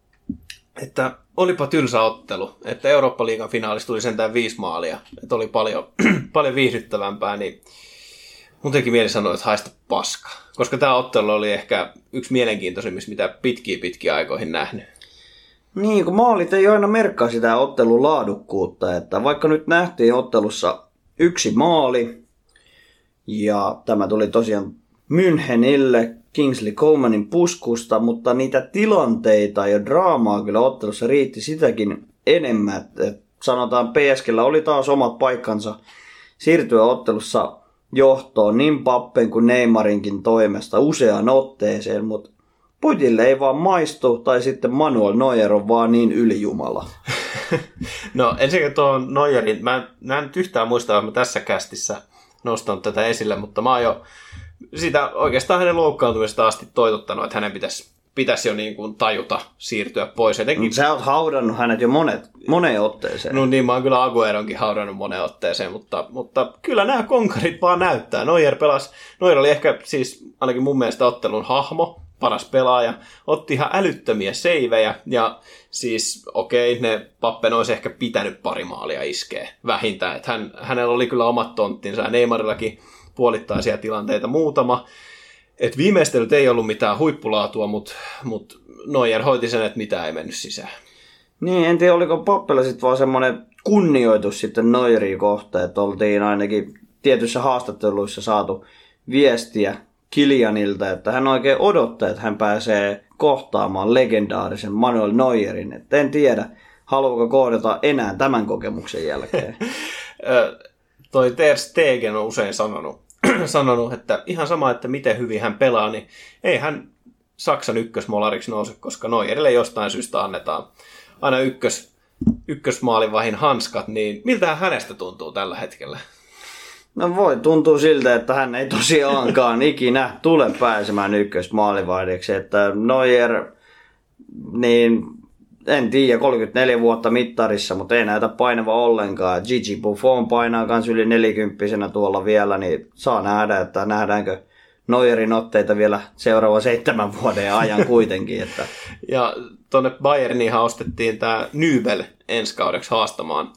S2: että olipa tylsä ottelu, että Eurooppa-liigan finaalissa tuli sentään 5 maalia, että oli paljon viihdyttävämpää, niin mun teki mieli sanoa, että haista paska. Koska tämä ottelu oli ehkä yksi mielenkiintoisimmista, mitä pitkiä aikoihin nähnyt.
S3: Niin, kun maalit ei aina merkkaa sitä ottelun laadukkuutta. Että vaikka nyt nähtiin ottelussa 1 maali. Ja tämä tuli tosiaan Münchenille Kingsley Comanin puskusta, mutta niitä tilanteita ja draamaa kyllä ottelussa riitti sitäkin enemmän. Et sanotaan PSG:llä oli taas omat paikkansa siirtyä ottelussa johtoon niin Mbappen kuin Neymarinkin toimesta useaan otteeseen, mutta pojille ei vaan maistu, tai sitten Manuel Neuer on vaan niin ylijumala.
S2: No ensinnäkin tuon Neuerin, mä en nyt yhtään muista, että mä tässä kästissä nostanut tätä esille, mutta mä oon jo sitä oikeastaan hänen loukkaantumisesta asti toitottanut, että hänen pitäisi jo niin kuin tajuta siirtyä pois. Etenkin...
S3: Sä oot haudannut hänet jo moneen otteeseen.
S2: No niin, mä oon kyllä Agueronkin haudannut moneen otteeseen, mutta kyllä nämä konkarit vaan näyttää. Neuer oli ehkä siis ainakin mun mielestä ottelun hahmo, paras pelaaja, otti ihan älyttömiä seivejä ja siis ne Mbappen olisi ehkä pitänyt pari maalia iskeä vähintään. Että hänellä oli kyllä omat tonttinsa ja Neymarillakin puolittaisia tilanteita muutama. Et viimeistelyt ei ollut mitään huippulaatua, mutta Neuer hoiti sen, että mitään ei mennyt sisään.
S3: Niin, en tiedä oliko Mbappella sitten vaan semmoinen kunnioitus sitten Neueria kohtaan, että oltiin ainakin tietyissä haastatteluissa saatu viestiä Kylianilta, että hän oikein odottaa, että hän pääsee kohtaamaan legendaarisen Manuel Neuerin. Et en tiedä, haluaako kohdata enää tämän kokemuksen jälkeen.
S2: Toi Ter Stegen on usein sanonut, että ihan sama, että miten hyvin hän pelaa, niin ei hän Saksan ykkösmolariksi nouse, koska Neuerille jostain syystä annetaan aina ykkösmaalivahin hanskat, niin miltähän hänestä tuntuu tällä hetkellä?
S3: No voi tuntuu siltä, että hän ei tosiaankaan ikinä tule pääsemään ykkösmaalivahdiksi, että Neuer, niin en tiedä, 34 vuotta mittarissa, mutta ei näytä painava ollenkaan. Gigi Buffon painaa kans yli 40-vuotiaana tuolla vielä, niin saa nähdä, että nähdäänkö Neuerin otteita vielä seuraavan 7 vuoden ajan kuitenkin. Että.
S2: Ja tuonne Bayerniinhan ostettiin tämä Nübel ensi kaudeksi haastamaan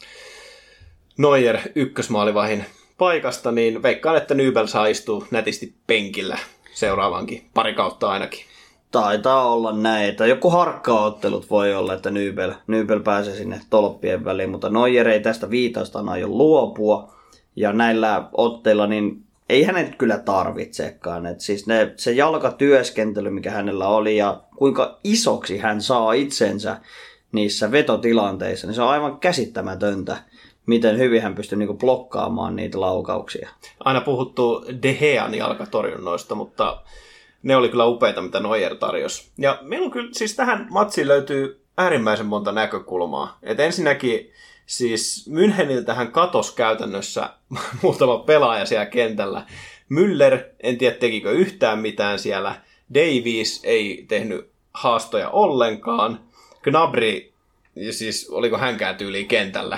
S2: Neuer ykkösmaalivahin paikasta, niin veikkaan, että Nübel saa istua nätisti penkillä seuraavankin pari kautta ainakin.
S3: Taitaa olla näin, että joku harkkaottelut voi olla, että Nübel pääsee sinne tolppien väliin, mutta Neuer ei tästä viitaustaan aio luopua. Ja näillä otteilla niin ei hänet kyllä tarvitsekaan. Et siis se jalkatyöskentely, mikä hänellä oli ja kuinka isoksi hän saa itsensä niissä vetotilanteissa, niin se on aivan käsittämätöntä, miten hyvin hän pystyy niinku blokkaamaan niitä laukauksia.
S2: Aina puhuttu De Gean jalkatorjunnoista, mutta ne oli kyllä upeita, mitä Neuer tarjosi. Ja meillä on kyllä, siis tähän matsiin löytyy äärimmäisen monta näkökulmaa. Et ensinnäkin siis Müncheniltähän katosi käytännössä muutama pelaaja siellä kentällä. Müller, en tiedä tekikö yhtään mitään siellä. Davies ei tehnyt haastoja ollenkaan. Gnabry, siis oliko hänkään tyyliin kentällä.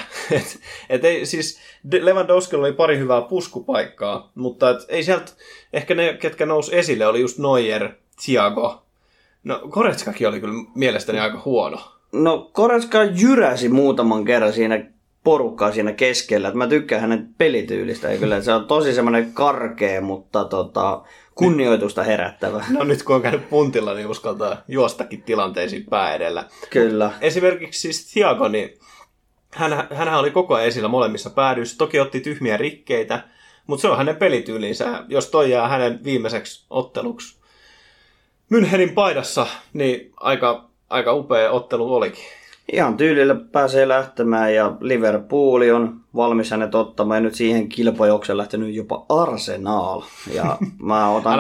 S2: Siis Lewandowskilla oli pari hyvää puskupaikkaa, mutta ei sieltä, ehkä ne, ketkä nousi esille, oli just Neuer, Thiago. No Goretzkakin oli kyllä mielestäni aika huono. No
S3: Goretzka jyräsi muutaman kerran siinä porukkaa siinä keskellä. Mä tykkään hänen pelityylistä. Ja kyllä se on tosi semmoinen karkea, mutta kunnioitusta herättävä.
S2: No nyt kun on käynyt puntilla, niin uskaltaa juostakin tilanteisiin pää edellä.
S3: Kyllä.
S2: Esimerkiksi siis Thiago, niin hänhän oli koko ajan esillä molemmissa päädyissä. Toki otti tyhmiä rikkeitä, mutta se on hänen pelityylinsä. Jos toi jää hänen viimeiseksi otteluksi Münchenin paidassa, niin aika upea ottelu olikin.
S3: Ihan tyylillä pääsee lähtemään ja Liverpool on valmis hänet ottamaan ja nyt siihen kilpajuokseen lähtenyt jopa Arsenal. Ja mä otan,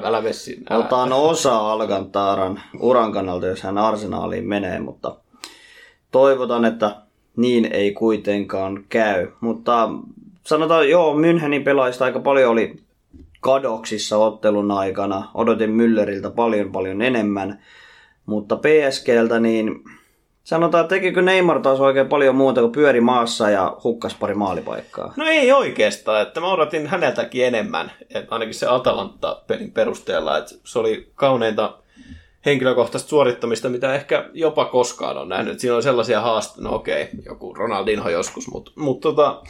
S3: otan osa Alcantaran uran kannalta, jos hän Arsenaliin menee, mutta toivotan, että niin ei kuitenkaan käy. Mutta sanotaan, joo, Münchenin pelaajista aika paljon oli kadoksissa ottelun aikana. Odotin Mülleriltä paljon enemmän, mutta PSGltä niin sanotaan, tekikö Neymar taas oikein paljon muuta kuin pyöri maassa ja hukkas pari maalipaikkaa?
S2: No ei oikeastaan, että mä odotin häneltäkin enemmän, että ainakin se Atalanta-pelin perusteella, että se oli kauneinta henkilökohtaista suorittamista, mitä ehkä jopa koskaan on nähnyt. Siinä on sellaisia haasteita, no okei, joku Ronaldinho joskus, mutta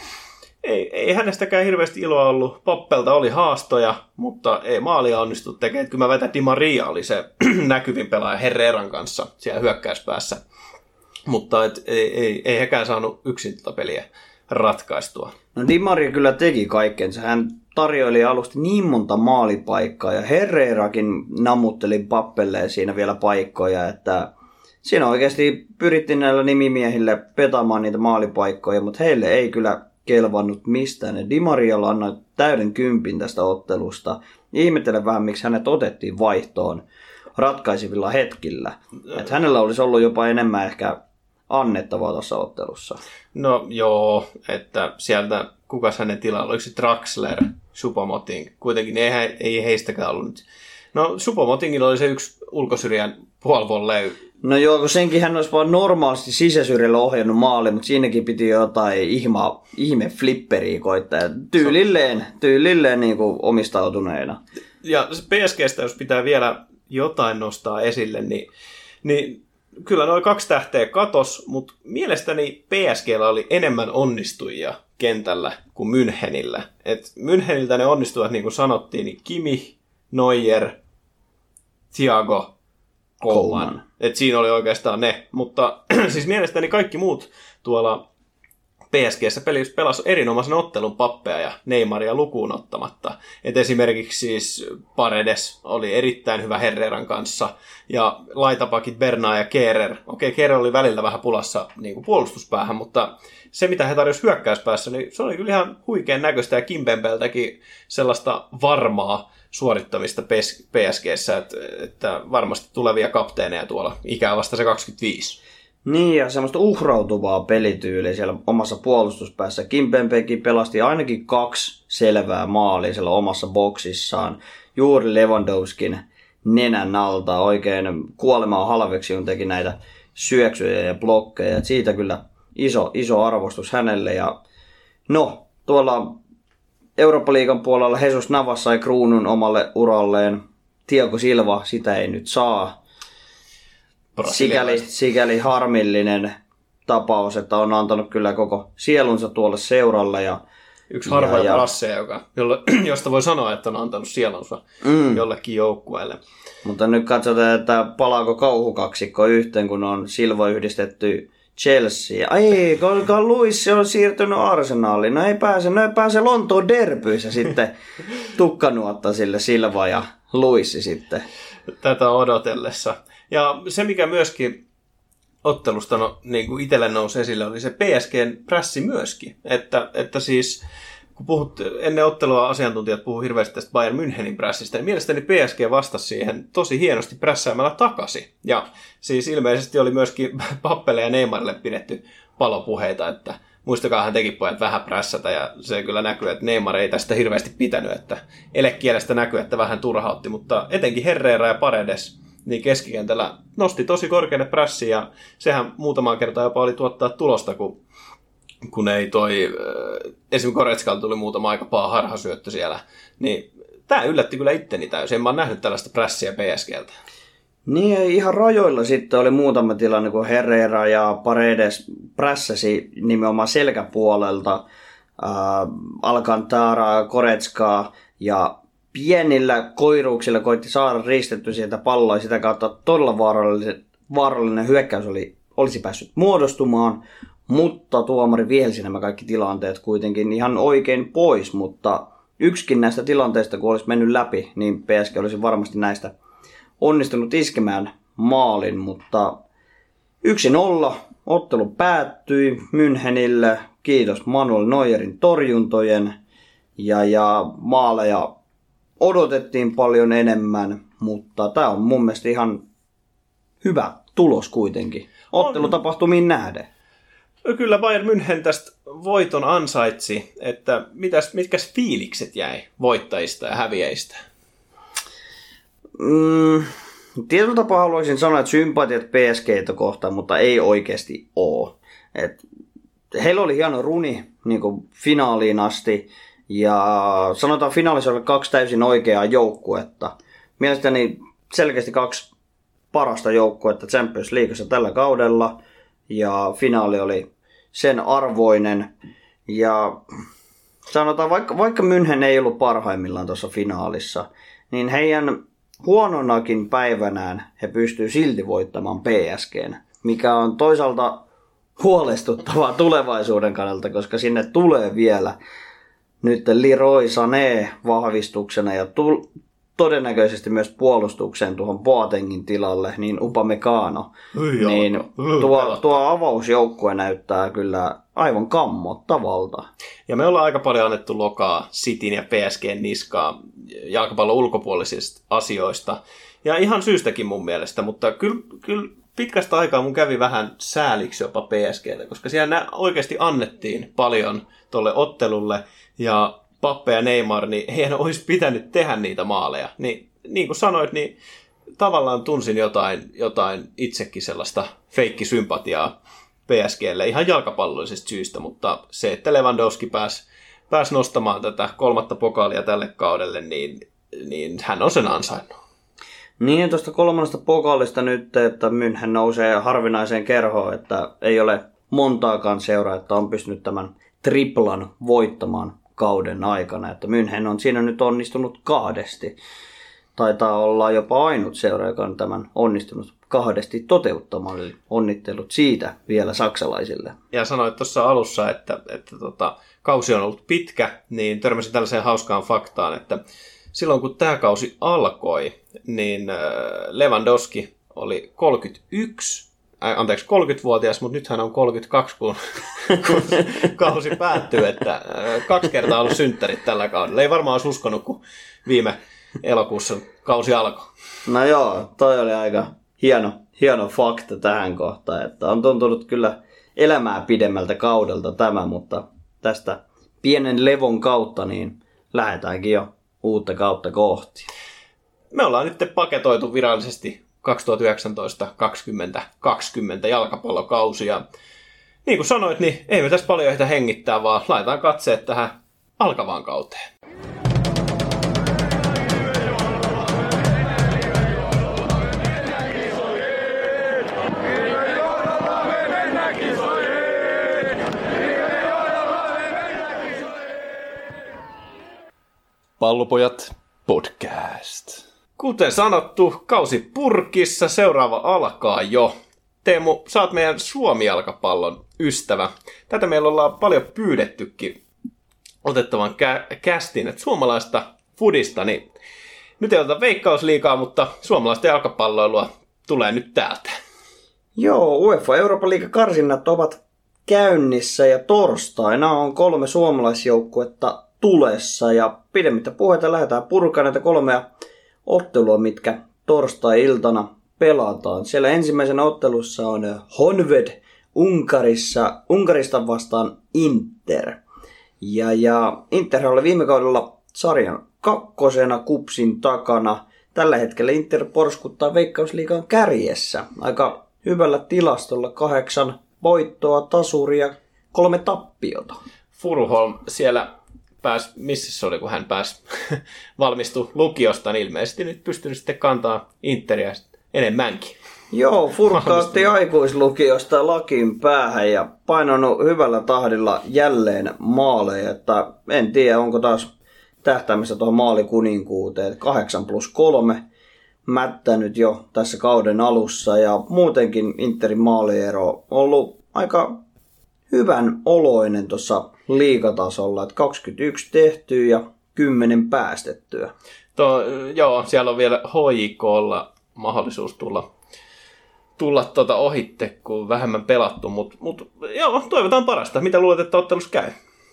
S2: ei hänestäkään hirveästi iloa ollut. Pappelta oli haastoja, mutta ei maalia onnistu tekemään. Kyllä mä väitän, Di Maria oli se näkyvin pelaaja Herreran kanssa siellä hyökkäyspäässä. Mutta ei hekään saanut yksin tätä peliä ratkaistua.
S3: No Di Maria kyllä teki kaikkensa. Hän tarjoili alusti niin monta maalipaikkaa ja Herrerakin namutteli pappelleen siinä vielä paikkoja, että siinä oikeasti pyrittiin näillä nimimiehille petaamaan niitä maalipaikkoja, mutta heille ei kyllä kelvannut mistään. Ja Di Marialla annoi täyden kympin tästä ottelusta. Ihmettelen vähän, miksi hänet otettiin vaihtoon ratkaisivilla hetkillä. Että hänellä olisi ollut jopa enemmän ehkä annettavaa tuossa ottelussa.
S2: No joo, että sieltä kukas hänen tilalla, oliko se Draxler, Choupo-Moting, kuitenkin ei heistäkään ollut nyt. No Choupo-Motingilla oli se yksi ulkosyrjän puolivolley. No
S3: joo, kun senkin hän olisi vaan normaalisti sisäsyrjällä ohjannut maali, mutta siinäkin piti jotain ihme flipperiä koittaa. Tyylilleen niin kuin omistautuneena.
S2: Ja PSGstä, jos pitää vielä jotain nostaa esille, niin kyllä noin 2 tähteä katos, mutta mielestäni PSGllä oli enemmän onnistujia kentällä kuin Münchenillä. Et Müncheniltä ne onnistuvat, niin kuin sanottiin, niin Kimi, Neuer, Thiago, Coman. Et siinä oli oikeastaan ne, mutta siis mielestäni kaikki muut tuolla PSGssä pelasi erinomaisen ottelun Pappeja ja Neymaria lukuun ottamatta. Et esimerkiksi siis Paredes oli erittäin hyvä Herreran kanssa ja laitapakit Bernat ja Kehrer. Okei, Kehrer oli välillä vähän pulassa niin kuin puolustuspäähän, mutta se mitä he tarjosivat hyökkäyspäässä, niin se oli kyllä ihan huikean näköistä ja Kimpempeltäkin sellaista varmaa suorittamista PSGssä, että varmasti tulevia kapteeneja tuolla, ikää vasta se 25.
S3: Niin, ja semmoista uhrautuvaa pelityyliä siellä omassa puolustuspäässä. Kimpempekin pelasti ainakin 2 selvää maalia siellä omassa boksissaan. Juuri Lewandowskin nenän alta oikein kuolemaan halveksiun teki näitä syöksyjä ja blokkeja. Et siitä kyllä iso arvostus hänelle. Ja no, tuolla Eurooppa-liigan puolella Jesus Navas sai kruunun omalle uralleen. Thiago Silva sitä ei nyt saa. Sikäli harmillinen tapaus, että on antanut kyllä koko sielunsa tuolle seuralle.
S2: Yksi harvoja rasseja, josta voi sanoa, että on antanut sielunsa jollekin joukkueelle.
S3: Mutta nyt katsotaan, että palaako kauhukaksikko yhteen, kun on Silva yhdistetty Chelsea. Ai, koska Luis on siirtynyt Arsenaliin. No ei pääse Lontoon derbyissä sitten tukkanuotta sille Silva ja Luissi sitten.
S2: Tätä odotellessa. Ja se, mikä myöskin ottelusta niin kuin itselle nousi esille, oli se PSGn prässi myöskin. Että siis, kun ennen ottelua asiantuntijat puhuu hirveästi tästä Bayern Münchenin prässistä, niin mielestäni PSG vastasi siihen tosi hienosti prässäämällä takaisin. Ja siis ilmeisesti oli myöskin Pappelle ja Neymarille pidetty palopuheita, että muistakaa hän teki pojat vähän prässätä, ja se kyllä näkyy, että Neymar ei tästä hirveästi pitänyt, että elekielestä näkyy, että vähän turhautti, mutta etenkin Herrera ja Paredes niin keskikentällä nosti tosi korkealle prässiä, ja sehän muutamaan kertaan jopa oli tuottaa tulosta, kun ei esimerkiksi Goretzkalla tuli muutama aika paha harhasyöttö siellä, niin tämä yllätti kyllä itteni täysin, en mä ole nähnyt tällaista prässiä PSGltä.
S3: Niin, ihan rajoilla sitten oli muutama tilanne, kun Herrera ja Paredes prässäsi nimenomaan selkäpuolelta Alcantara, Goretzkaa, ja pienillä koiruuksilla koitti saada ristetty sieltä palloa, ja sitä kautta todella vaarallinen hyökkäys olisi päässyt muodostumaan, mutta tuomari vihelsi nämä kaikki tilanteet kuitenkin ihan oikein pois, mutta yksikin näistä tilanteista, kun olisi mennyt läpi, niin PSG olisi varmasti näistä onnistunut iskemään maalin, mutta 1-0 ottelu päättyi Münchenille, kiitos Manuel Neuerin torjuntojen, ja maaleja odotettiin paljon enemmän, mutta tämä on mun mielestä ihan hyvä tulos kuitenkin, ottelutapahtumiin nähden.
S2: Kyllä Bayern München tästä voiton ansaitsi, että mitkäs fiilikset jäi voittajista ja häviäjistä?
S3: Tietyllä tapaa haluaisin sanoa, että sympatiat PSG:tä kohtaan, mutta ei oikeasti ole. Heillä oli hieno runi niin kuin finaaliin asti, ja sanotaan finaalissa oli 2 täysin oikeaa joukkuetta. Mielestäni selkeästi 2 parasta joukkuetta Champions Leaguessa tällä kaudella, ja finaali oli sen arvoinen. Ja sanotaan, vaikka München ei ollut parhaimmillaan tuossa finaalissa, niin heidän huononakin päivänään he pystyy silti voittamaan PSG:n, mikä on toisaalta huolestuttavaa tulevaisuuden kannalta, koska sinne tulee vielä nyt Leroy Sané vahvistuksena ja todennäköisesti myös puolustukseen tuohon Boatengin tilalle, niin Upamecano. Niin tuo avausjoukkue näyttää kyllä aivan kammottavalta.
S2: Ja me ollaan aika paljon annettu lokaa Cityn ja PSGn niskaa jalkapallon ulkopuolisista asioista. Ja ihan syystäkin mun mielestä, mutta kyllä pitkästä aikaa mun kävi vähän sääliksi jopa PSGtä, koska siellä oikeasti annettiin paljon tolle ottelulle, ja Pappe ja Neymar, niin heidän olisi pitänyt tehdä niitä maaleja. Niin kuin sanoit, niin tavallaan tunsin jotain itsekin sellaista feikkisympatiaa PSGlle ihan jalkapallollisesta syystä, mutta se, että Lewandowski pääsi nostamaan tätä 3. pokaalia tälle kaudelle, niin hän on sen ansainnut.
S3: Niin, tuosta 3. pokaalista nyt, että München nousee harvinaiseen kerhoon, että ei ole montaakaan seuraa, että on pystynyt tämän triplan voittamaan kauden aikana, että München on siinä nyt onnistunut 2. Taitaa olla jopa ainut seura, joka on tämän onnistunut 2 toteuttamaan, eli onnittelut siitä vielä saksalaisille.
S2: Ja sanoit tuossa alussa, että kausi on ollut pitkä, niin törmäsin tällaiseen hauskaan faktaan, että silloin kun tämä kausi alkoi, niin Lewandowski oli 30-vuotias, mutta nyt hän on 32, kun kausi päättyy, että 2 kertaa ollut synttärit tällä kaudella. Ei varmaan olisi uskonut, kun viime elokuussa kausi alkoi.
S3: No joo, toi oli aika hieno fakta tähän kohtaan, että on tuntunut kyllä elämää pidemmältä kaudelta tämä, mutta tästä pienen levon kautta niin lähdetäänkin jo uutta kautta kohti.
S2: Me ollaan nyt paketoitu virallisesti 2019-2020 jalkapallokausi. Ja niin kuin sanoit, niin ei me tässä paljon ehditä hengittää, vaan laitetaan katseet tähän alkavaan kauteen.
S5: Pallopojat podcast.
S2: Kuten sanottu, kausi purkissa, seuraava alkaa jo. Teemu, sä oot meidän Suomi-jalkapallon ystävä. Tätä meillä ollaan paljon pyydettykin otettavan kästin, että suomalaista fudista, niin nyt ei oteta Veikkausliigaa, mutta suomalaista jalkapalloilua tulee nyt täältä.
S3: Joo, UEFA Euroopan liigakarsinnat ovat käynnissä ja torstaina on 3 suomalaisjoukkuetta tulessa ja pidemmittä puheita lähdetään purkaan näitä 3 ottelua, mitkä torstai-iltana pelataan. Siellä ensimmäisenä ottelussa on Honved Unkarista vastaan Inter. Ja Inter oli viime kaudella sarjan 2. kupsin takana. Tällä hetkellä Inter porskuttaa Veikkausliigan kärjessä. Aika hyvällä tilastolla 8 voittoa, tasuria, 3 tappiota.
S2: Furuholm siellä missä se oli, kun hän pääsi valmistui lukiosta, niin ilmeisesti nyt pystynyt sitten kantaa Interia enemmänkin.
S3: Joo, furkkaasti aikuislukiosta lakin päähän ja painanut hyvällä tahdilla jälleen maaleja, että en tiedä, onko taas tähtäämässä tuohon maalikuninkuuteen. 8+3 mättänyt jo tässä kauden alussa ja muutenkin Interin maaliero on ollut aika hyvän oloinen tuossa liigatasolla, että 21 tehtyä ja 10 päästettyä.
S2: Joo, siellä on vielä HJK:lla mahdollisuus tulla ohitte, kun vähemmän pelattu, mutta joo, toivotaan parasta. Mitä luulet, että ottelussa käy?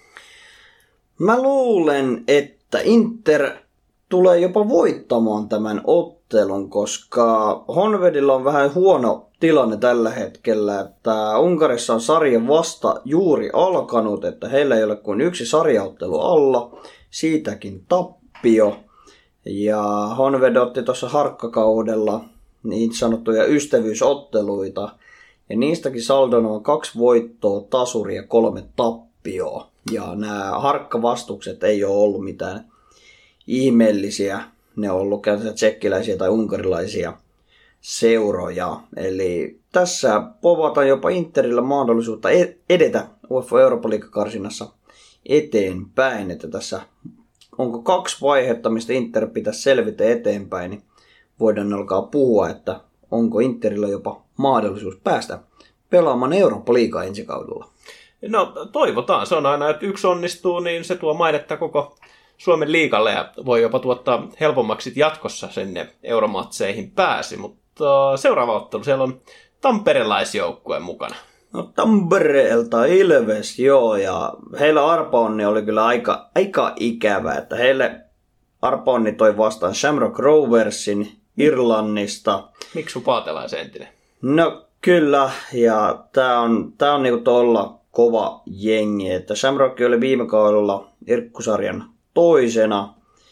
S3: Mä luulen, että Inter tulee jopa voittamaan tämän ottelun, koska Honvedilla on vähän huono tilanne tällä hetkellä, että Unkarissa on sarja vasta juuri alkanut, että heillä ei ole kuin 1 sarjaottelu alla, siitäkin tappio. Ja Honved otti tuossa harkkakaudella niin sanottuja ystävyysotteluita, ja niistäkin saldona on 2 voittoa, tasuri ja 3 tappioa. Ja nämä harkkavastukset ei ole ollut mitään ihmeellisiä, ne on ollut tsekkiläisiä tai unkarilaisia seuroja. Eli tässä povataan jopa Interillä mahdollisuutta edetä UEFA Euroopan liigakarsinnassa eteenpäin. Että tässä onko 2 vaihetta, mistä Inter pitäisi selvitä eteenpäin, niin voidaan alkaa puhua, että onko Interillä jopa mahdollisuus päästä pelaamaan Eurooppa-liigaa ensi kaudella?
S2: No toivotaan. Se on aina, että yksi onnistuu, niin se tuo mainetta koko Suomen liigalle ja voi jopa tuottaa helpommaksi jatkossa sinne euromatseihin pääsi. Mutta seuraava ottelu, siellä on tamperelaisjoukkue mukana.
S3: No Tampereelta Ilves, joo, ja heillä arpaonni oli kyllä aika ikävä, että heille arpaonni toi vastaan Shamrock Roversin Irlannista.
S2: Miksi sun paatelaisen entinen?
S3: No kyllä, ja tää on niinku todella kova jengi, että Shamrock oli viime kaudella Irkkusarjan toisena,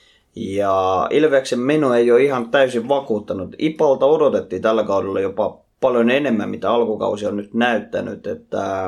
S3: ja Ilveksen meno ei ole ihan täysin vakuuttanut. Ipalta odotettiin tällä kaudella jopa paljon enemmän, mitä alkukausi on nyt näyttänyt, että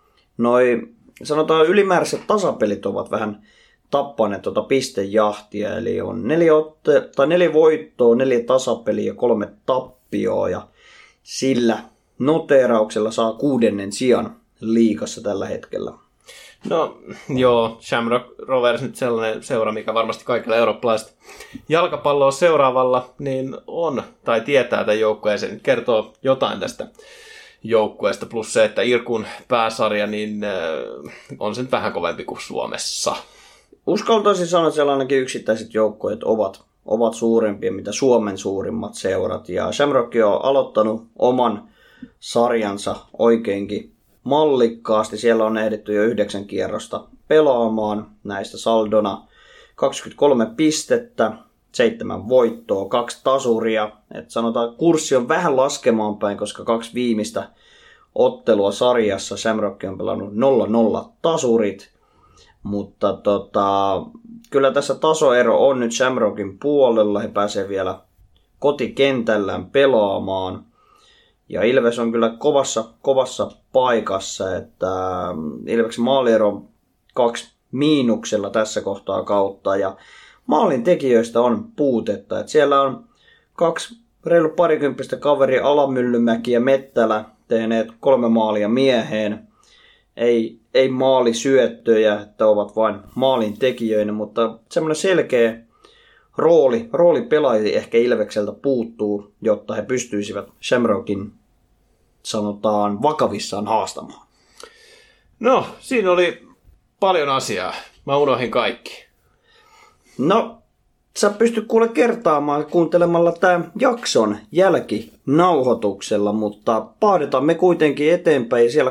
S3: sanotaan ylimääräiset tasapelit ovat vähän tappaneet tuota pistejahtia, eli on 4 voittoa, 4 tasapeliä ja 3 tappioa, ja sillä noteerauksella saa 6. sijan liigassa tällä hetkellä.
S2: No joo, Shamrock Rovers nyt sellainen seura, mikä varmasti kaikilla eurooppalaisilla jalkapalloa seuraavalla niin on, tai tietää tämän joukkueen, se nyt kertoo jotain tästä joukkueesta, plus se, että Irkun pääsarja niin on se nyt vähän kovempi kuin Suomessa.
S3: Uskaltaisin sanoa, että siellä ainakin yksittäiset joukkueet ovat suurempia, mitä Suomen suurimmat seurat, ja Shamrock on aloittanut oman sarjansa oikeinkin mallikkaasti. Siellä on ehditty jo 9 kierrosta pelaamaan. Näistä saldona 23 pistettä, 7 voittoa, 2 tasuria. Et sanotaan, kurssi on vähän laskemaan päin, koska 2 viimeistä ottelua sarjassa Shamrock on pelannut 0-0 tasurit. Mutta kyllä tässä tasoero on nyt Shamrockin puolella. He pääsee vielä kotikentällään pelaamaan. Ja Ilves on kyllä kovassa paikassa, että Ilveksen maaliero on 2 miinuksella tässä kohtaa kautta, ja maalin tekijöistä on puutetta. Että siellä on 2 reilu parikymppistä kaveri, Alamyllymäki ja Mettälä, tehneet 3 maalia mieheen. Ei maalisyöttöjä, että ovat vain maalin tekijöinä, mutta semmoinen selkeä rooli pelaajia ehkä Ilvekseltä puuttuu, jotta he pystyisivät Shamrockin, sanotaan, vakavissaan haastamaan.
S2: No, siinä oli paljon asiaa. Mä unohdin kaikki.
S3: No, sä pystyt kuule kertaamaan kuuntelemalla tämän jakson jälkinauhoituksella, mutta pahdetaan me kuitenkin eteenpäin. Siellä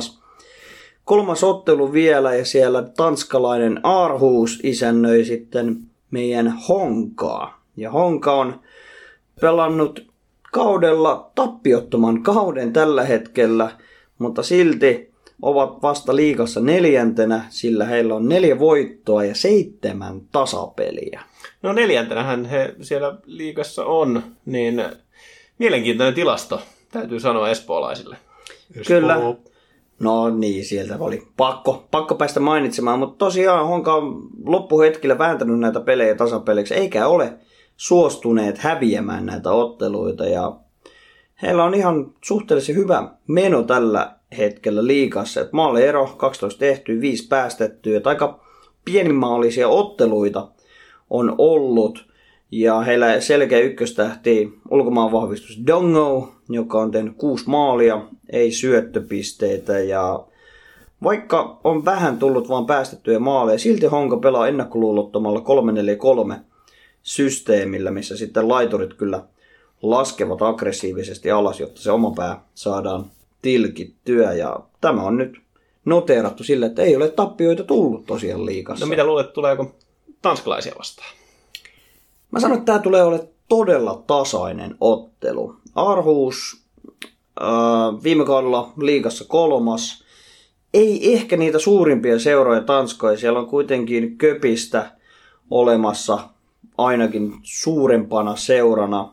S3: kolmas ottelu vielä, ja siellä tanskalainen Aarhus isännöi sitten meidän Honkaa. Ja Honka on pelannut kaudella tappiottoman kauden tällä hetkellä, mutta silti ovat vasta liigassa 4., sillä heillä on 4 voittoa ja 7 tasapeliä.
S2: No 4. he siellä liigassa on, niin mielenkiintoinen tilasto, täytyy sanoa espoolaisille.
S3: Kyllä. No niin, sieltä oli pakko päästä mainitsemaan, mutta tosiaan Honka on loppuhetkillä vääntänyt näitä pelejä tasapeleiksi, eikä ole suostuneet häviämään näitä otteluita, ja heillä on ihan suhteellisen hyvä meno tällä hetkellä liigassa, että maaliero 12 tehtyä, 5 päästettyä, että aika pienimaalisia otteluita on ollut, ja heillä selkeä ykköstähti ulkomaan vahvistus Dongo, joka on tehnyt 6 maalia, ei syöttöpisteitä, ja vaikka on vähän tullut vaan päästettyjä maaleja, silti Honka pelaa ennakkoluulottomalla 3-4-3 systeemillä, missä sitten laiturit kyllä laskevat aggressiivisesti alas, jotta se oma pää saadaan tilkittyä, ja tämä on nyt noteerattu sille, että ei ole tappioita tullut tosiaan liigassa.
S2: No mitä luulet, tuleeko tanskalaisia vastaan?
S3: Mä sanon, että tämä tulee olemaan todella tasainen ottelu. Aarhus viime kaudella liigassa 3. Ei ehkä niitä suurimpia seuroja Tanskoja. Siellä on kuitenkin Köpistä olemassa ainakin suurempana seurana.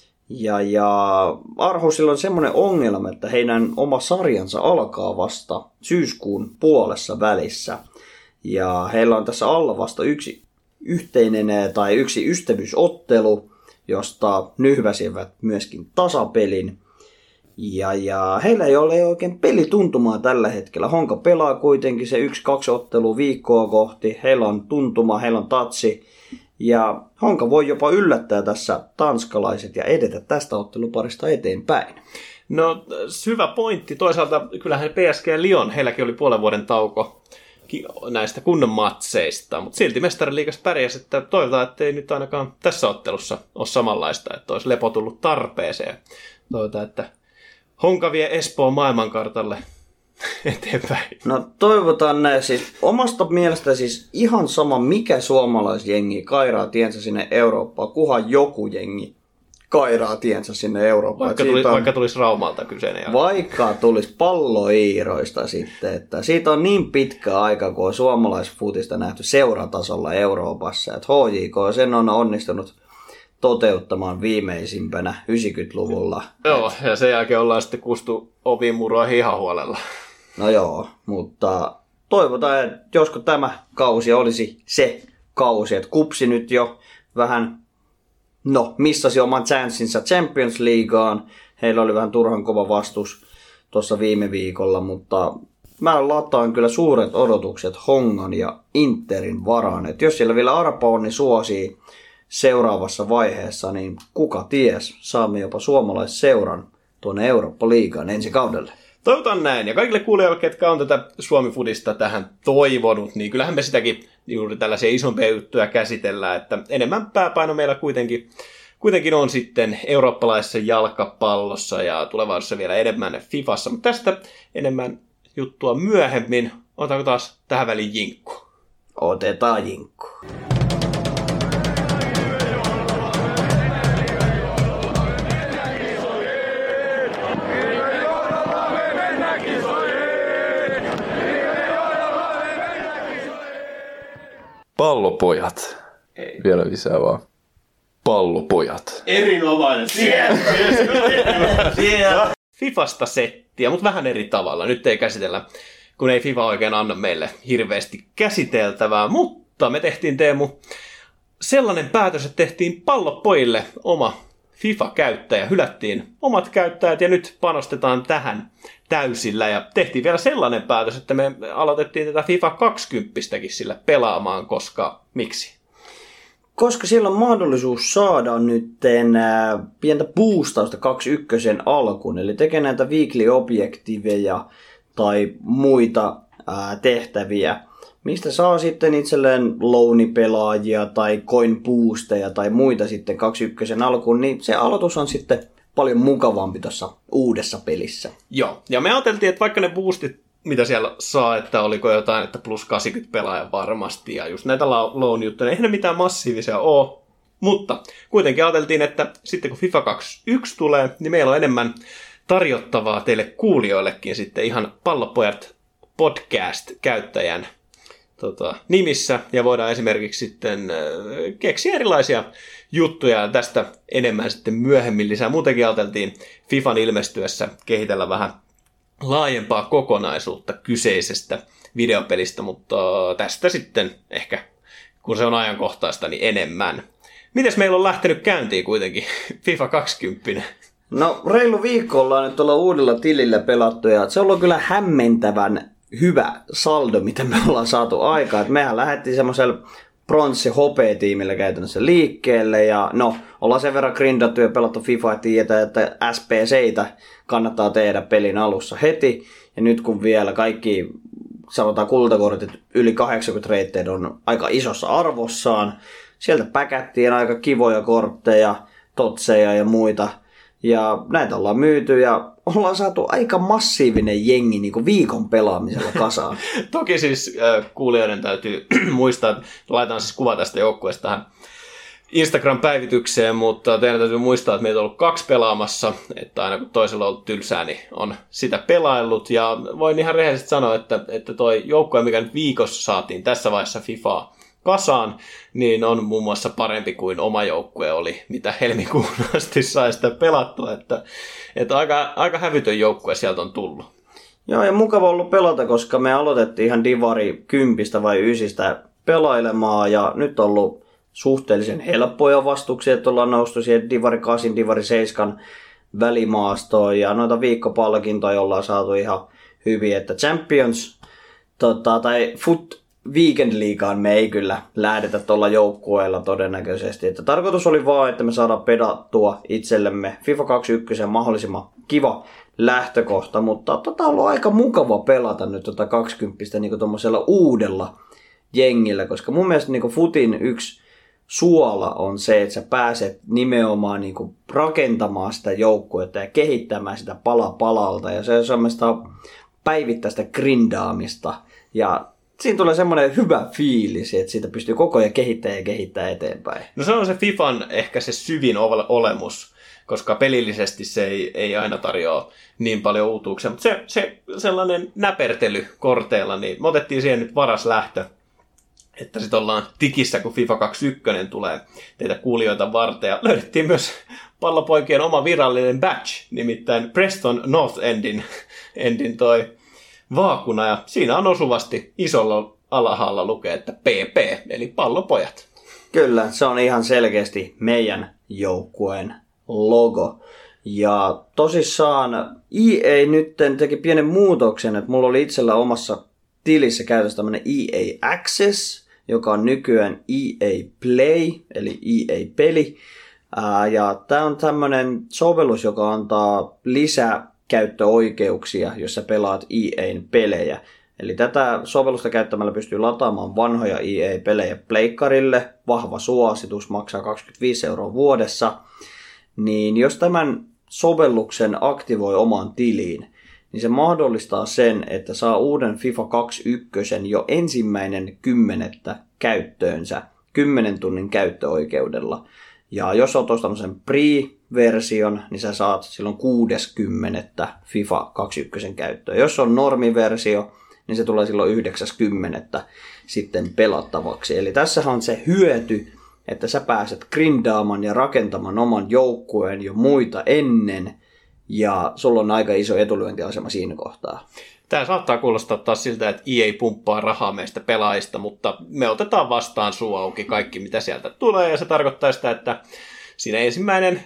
S3: Ja Aarhusilla on semmoinen ongelma, että heidän oma sarjansa alkaa vasta syyskuun puolessa välissä. Ja heillä on tässä alla vasta yksi ystävyysottelu, josta nyhväsivät myöskin tasapelin. Ja heillä ei ole oikein pelituntumaa tällä hetkellä. Honka pelaa kuitenkin se 1-2 ottelua viikkoa kohti. Heillä on tuntuma, heillä on tatsi. Ja Honka voi jopa yllättää tässä tanskalaiset ja edetä tästä otteluparista eteenpäin.
S2: No, hyvä pointti. Toisaalta kyllähän PSG ja Lyon, heilläkin oli puolen vuoden tauko näistä kunnon matseista, mutta silti mestariliigassa pärjäsi, että toivotaan, että ei nyt ainakaan tässä ottelussa ole samanlaista, että olisi lepo tullut tarpeeseen. Toivotaan, että Honka vie Espoon maailmankartalle eteenpäin.
S3: No toivotaan näin. Siis omasta mielestä siis ihan sama mikä suomalaisjengi kairaa tiensä sinne Eurooppaan, kunhan joku jengi kairaa tiensä sinne Eurooppaan.
S2: Vaikka tulisi Raumalta kyseinen jalka.
S3: Vaikka tulisi Palloiiroista sitten. Että siitä on niin pitkä aika, kun on suomalaisfutista nähty seuratasolla Euroopassa. Että HJK sen on onnistunut toteuttamaan viimeisimpänä 90-luvulla.
S2: Joo, ja sen jälkeen ollaan sitten kustu ovimuroa hihahuolella.
S3: No joo, mutta toivotaan, että josko tämä kausi olisi se kausi, että Kupsi nyt jo vähän, missasi oman chanssinsa Champions Leagueaan. Heillä oli vähän turhan kova vastus tuossa viime viikolla, mutta mä lataan kyllä suuret odotukset Hongan ja Interin varaan. Että jos siellä vielä arpa on, niin suosii seuraavassa vaiheessa, niin kuka ties, saamme jopa suomalaisseuran tuonne Eurooppa-liigaan ensi kaudelle.
S2: Toivotaan näin. Ja kaikille kuulijoille, ketkä on tätä Suomi-fudista tähän toivonut, niin kyllähän me sitäkin juuri tällaisia isompia juttuja käsitellään, että enemmän pääpaino meillä kuitenkin on sitten eurooppalaisessa jalkapallossa ja tulevaisuudessa vielä enemmän Fifassa. Mutta tästä enemmän juttua myöhemmin. Otetaanko taas tähän väliin jinkku?
S3: Otetaan jinkku.
S5: Pallopojat.
S2: Ei.
S5: Vielä lisää vaan. Pallopojat.
S2: Erinomainen. Fifasta settiä, mutta vähän eri tavalla. Nyt ei käsitellä, kun ei Fifa oikein anna meille hirveästi käsiteltävää, mutta me tehtiin, Teemu, sellainen päätös, että tehtiin Pallopojille oma FIFA-käyttäjä. Hylättiin omat käyttäjät ja nyt panostetaan tähän täysillä. Ja tehtiin vielä sellainen päätös, että me aloitettiin tätä FIFA 20-kin sillä pelaamaan, koska miksi?
S3: Koska siellä on mahdollisuus saada nyt pientä boostausta 21 alkuun, eli tekee näitä weekly-objektiveja tai muita tehtäviä, mistä saa sitten itselleen loanipelaajia tai coin boosteja tai muita sitten 21 alkuun, niin se aloitus on sitten paljon mukavampi tuossa uudessa pelissä.
S2: Joo, ja me ajateltiin, että vaikka ne boostit, mitä siellä saa, että oliko jotain, että plus 80 pelaaja varmasti, ja just näitä loan-juttuja, eihän ne mitään massiivisia ole, mutta kuitenkin ajateltiin, että sitten kun FIFA 21 tulee, niin meillä on enemmän tarjottavaa teille kuulijoillekin sitten ihan Pallopojat podcast-käyttäjän nimissä, ja voidaan esimerkiksi sitten keksiä erilaisia juttuja tästä enemmän sitten myöhemmin lisää. Muutenkin ajateltiin FIFAn ilmestyessä kehitellä vähän laajempaa kokonaisuutta kyseisestä videopelistä, mutta tästä sitten ehkä, kun se on ajankohtaista, niin enemmän. Mites meillä on lähtenyt käyntiin kuitenkin FIFA 20?
S3: No reilu viikko ollaan nyt tuolla uudella tilillä pelattu ja se on ollut kyllä hämmentävän hyvä saldo, mitä me ollaan saatu aikaan. Et mehän lähdettiin semmoisella pronssi-hopea-tiimillä käytännössä liikkeelle ja ollaan sen verran grindattu ja pelattu FIFA ja tiedetään, että SPCitä kannattaa tehdä pelin alussa heti. Ja nyt kun vielä kaikki sanotaan kultakortit yli 80 reitteitä on aika isossa arvossaan, sieltä päkättiin aika kivoja kortteja, totseja ja muita. Ja näitä ollaan myyty ja ollaan saatu aika massiivinen jengi niin kuin viikon pelaamisella kasaan.
S2: Toki siis kuulijoiden täytyy muistaa, että laitetaan siis kuva tästä joukkueesta tähän Instagram-päivitykseen, mutta teidän täytyy muistaa, että meitä on ollut 2 pelaamassa, että aina kun toisella on ollut tylsää, niin on sitä pelaillut. Ja voin ihan rehellisesti sanoa, että toi joukkue, mikä nyt viikossa saatiin tässä vaiheessa FIFAa kasaan, niin on muun muassa parempi kuin oma joukkue oli, mitä helmikuun asti sai sitä pelattua, että aika hävytön joukkue sieltä on tullut.
S3: Joo, ja mukava ollut pelata, koska me aloitettiin ihan Divari 10 vai 9 pelailemaan, ja nyt on ollut suhteellisen helppoja vastuksia, että ollaan noustu siihen Divari 8, Divari 7 välimaastoon, ja noita viikkopalkintoja ollaan saatu ihan hyvin, että Champions tai Weekend Leagueaan me ei kyllä lähdetä tuolla joukkueella todennäköisesti. Että tarkoitus oli vaan, että me saadaan pedattua itsellemme FIFA 21 mahdollisimman kiva lähtökohta, mutta on ollut aika mukava pelata nyt 20 niin tuommoisella uudella jengillä, koska mun mielestä niin futin yksi suola on se, että sä pääset nimenomaan niin rakentamaan sitä joukkuetta ja kehittämään sitä pala palalta, ja se on semmoista päivittäistä grindaamista, ja siinä tulee semmoinen hyvä fiilis, että siitä pystyy koko ajan kehittämään eteenpäin.
S2: No se on se FIFAn ehkä se syvin olemus, koska pelillisesti se ei aina tarjoa niin paljon uutuuksia, mutta se sellainen näpertely korteilla, niin me otettiin siihen nyt varas lähtö, että sitten ollaan tikissä, kun FIFA 21 tulee teitä kuulijoita varten. Ja löydettiin myös Pallopoikien oma virallinen badge, nimittäin Preston North Endin toi vaakuna. Ja siinä on osuvasti isolla alhaalla lukee, että PP, eli Pallopojat.
S3: Kyllä, se on ihan selkeästi meidän joukkueen logo. Ja tosissaan EA nyt teki pienen muutoksen, että mulla oli itsellä omassa tilissä käytössä tämmöinen EA Access, joka on nykyään EA Play, eli EA-peli. Ja tämä on tämmöinen sovellus, joka antaa lisäkäyttöoikeuksia, jos sä pelaat EA:n pelejä. Eli tätä sovellusta käyttämällä pystyy lataamaan vanhoja EA-pelejä pleikkarille. Vahva suositus, maksaa 25 € vuodessa. Niin jos tämän sovelluksen aktivoi omaan tiliin, niin se mahdollistaa sen, että saa uuden FIFA 21 jo 1.10. käyttöönsä 10 tunnin käyttöoikeudella. Ja jos olet ostanut sen pre-version, niin sä saat silloin 6.10. FIFA 21 käyttöön. Jos on normiversio, niin se tulee silloin 9.10. sitten pelattavaksi. Eli tässähän on se hyöty, että sä pääset grindaamaan ja rakentamaan oman joukkueen jo muita ennen, ja sulla on aika iso etulyöntiasema siinä kohtaa.
S2: Tämä saattaa kuulostaa taas siltä, että EA pumppaa rahaa meistä pelaajista, mutta me otetaan vastaan suu auki kaikki, mitä sieltä tulee, ja se tarkoittaa sitä, että siinä 1.10.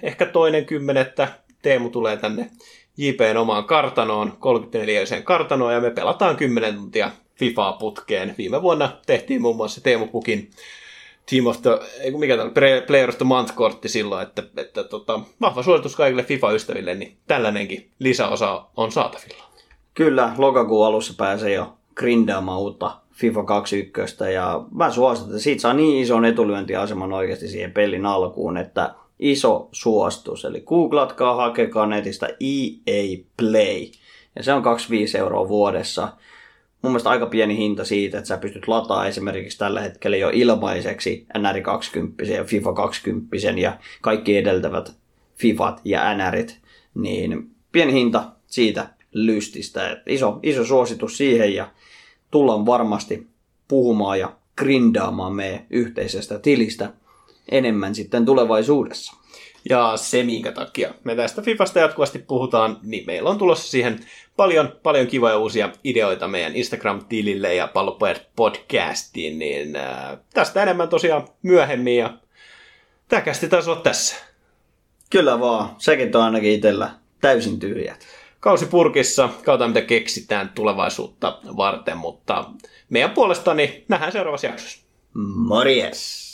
S2: Teemu tulee tänne JP:n omaan kartanoon, 34-öiseen kartanoon, ja me pelataan 10 tuntia FIFAa putkeen. Viime vuonna tehtiin muun muassa Teemu Pukin Team of the, Player of the Month-kortti silloin, että vahva suositus kaikille FIFA-ystäville, niin tällainenkin lisäosa on saatavilla.
S3: Kyllä, lokakuun alussa pääsee jo grindaamaan uutta FIFA 21, ja mä suosittelen, että siitä saa niin ison etulyöntiaseman oikeasti siihen pelin alkuun, että iso suositus. Eli googlatkaa, hakekaa netistä EA Play, ja se on 25 € vuodessa. Mun mielestä aika pieni hinta siitä, että sä pystyt lataamaan esimerkiksi tällä hetkellä jo ilmaiseksi NR 20 ja FIFA 20 ja kaikki edeltävät FIFAt ja NRit, niin pieni hinta siitä lystistä. Että iso suositus siihen, ja tullaan varmasti puhumaan ja grindaamaan meidän yhteisestä tilistä enemmän sitten tulevaisuudessa.
S2: Ja se, minkä takia me tästä FIFasta jatkuvasti puhutaan, niin meillä on tulossa siihen paljon kivoja uusia ideoita meidän Instagram-tilille ja Pallopojat podcastiin, niin tästä enemmän tosiaan myöhemmin, ja tämä kästi taisi olla tässä.
S3: Kyllä vaan, sekin on ainakin itsellä täysin tyhjät.
S2: Kausi purkissa, katsotaan mitä keksitään tulevaisuutta varten, mutta meidän puolestani nähdään seuraavassa jaksossa.
S3: Morjes!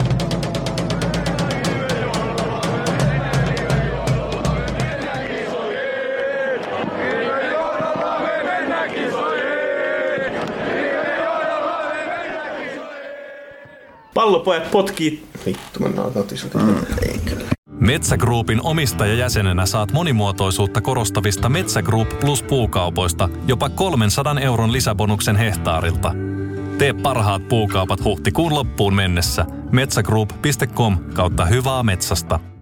S2: Pallopojat potkii. Vittu, mennään
S1: Metsä Groupin omistajajäsenenä saat monimuotoisuutta korostavista Metsä Group Plus puukaupoista jopa 300 € lisäbonuksen hehtaarilta. Tee parhaat puukaupat huhtikuun loppuun mennessä. metsägroup.com/hyvää metsästä.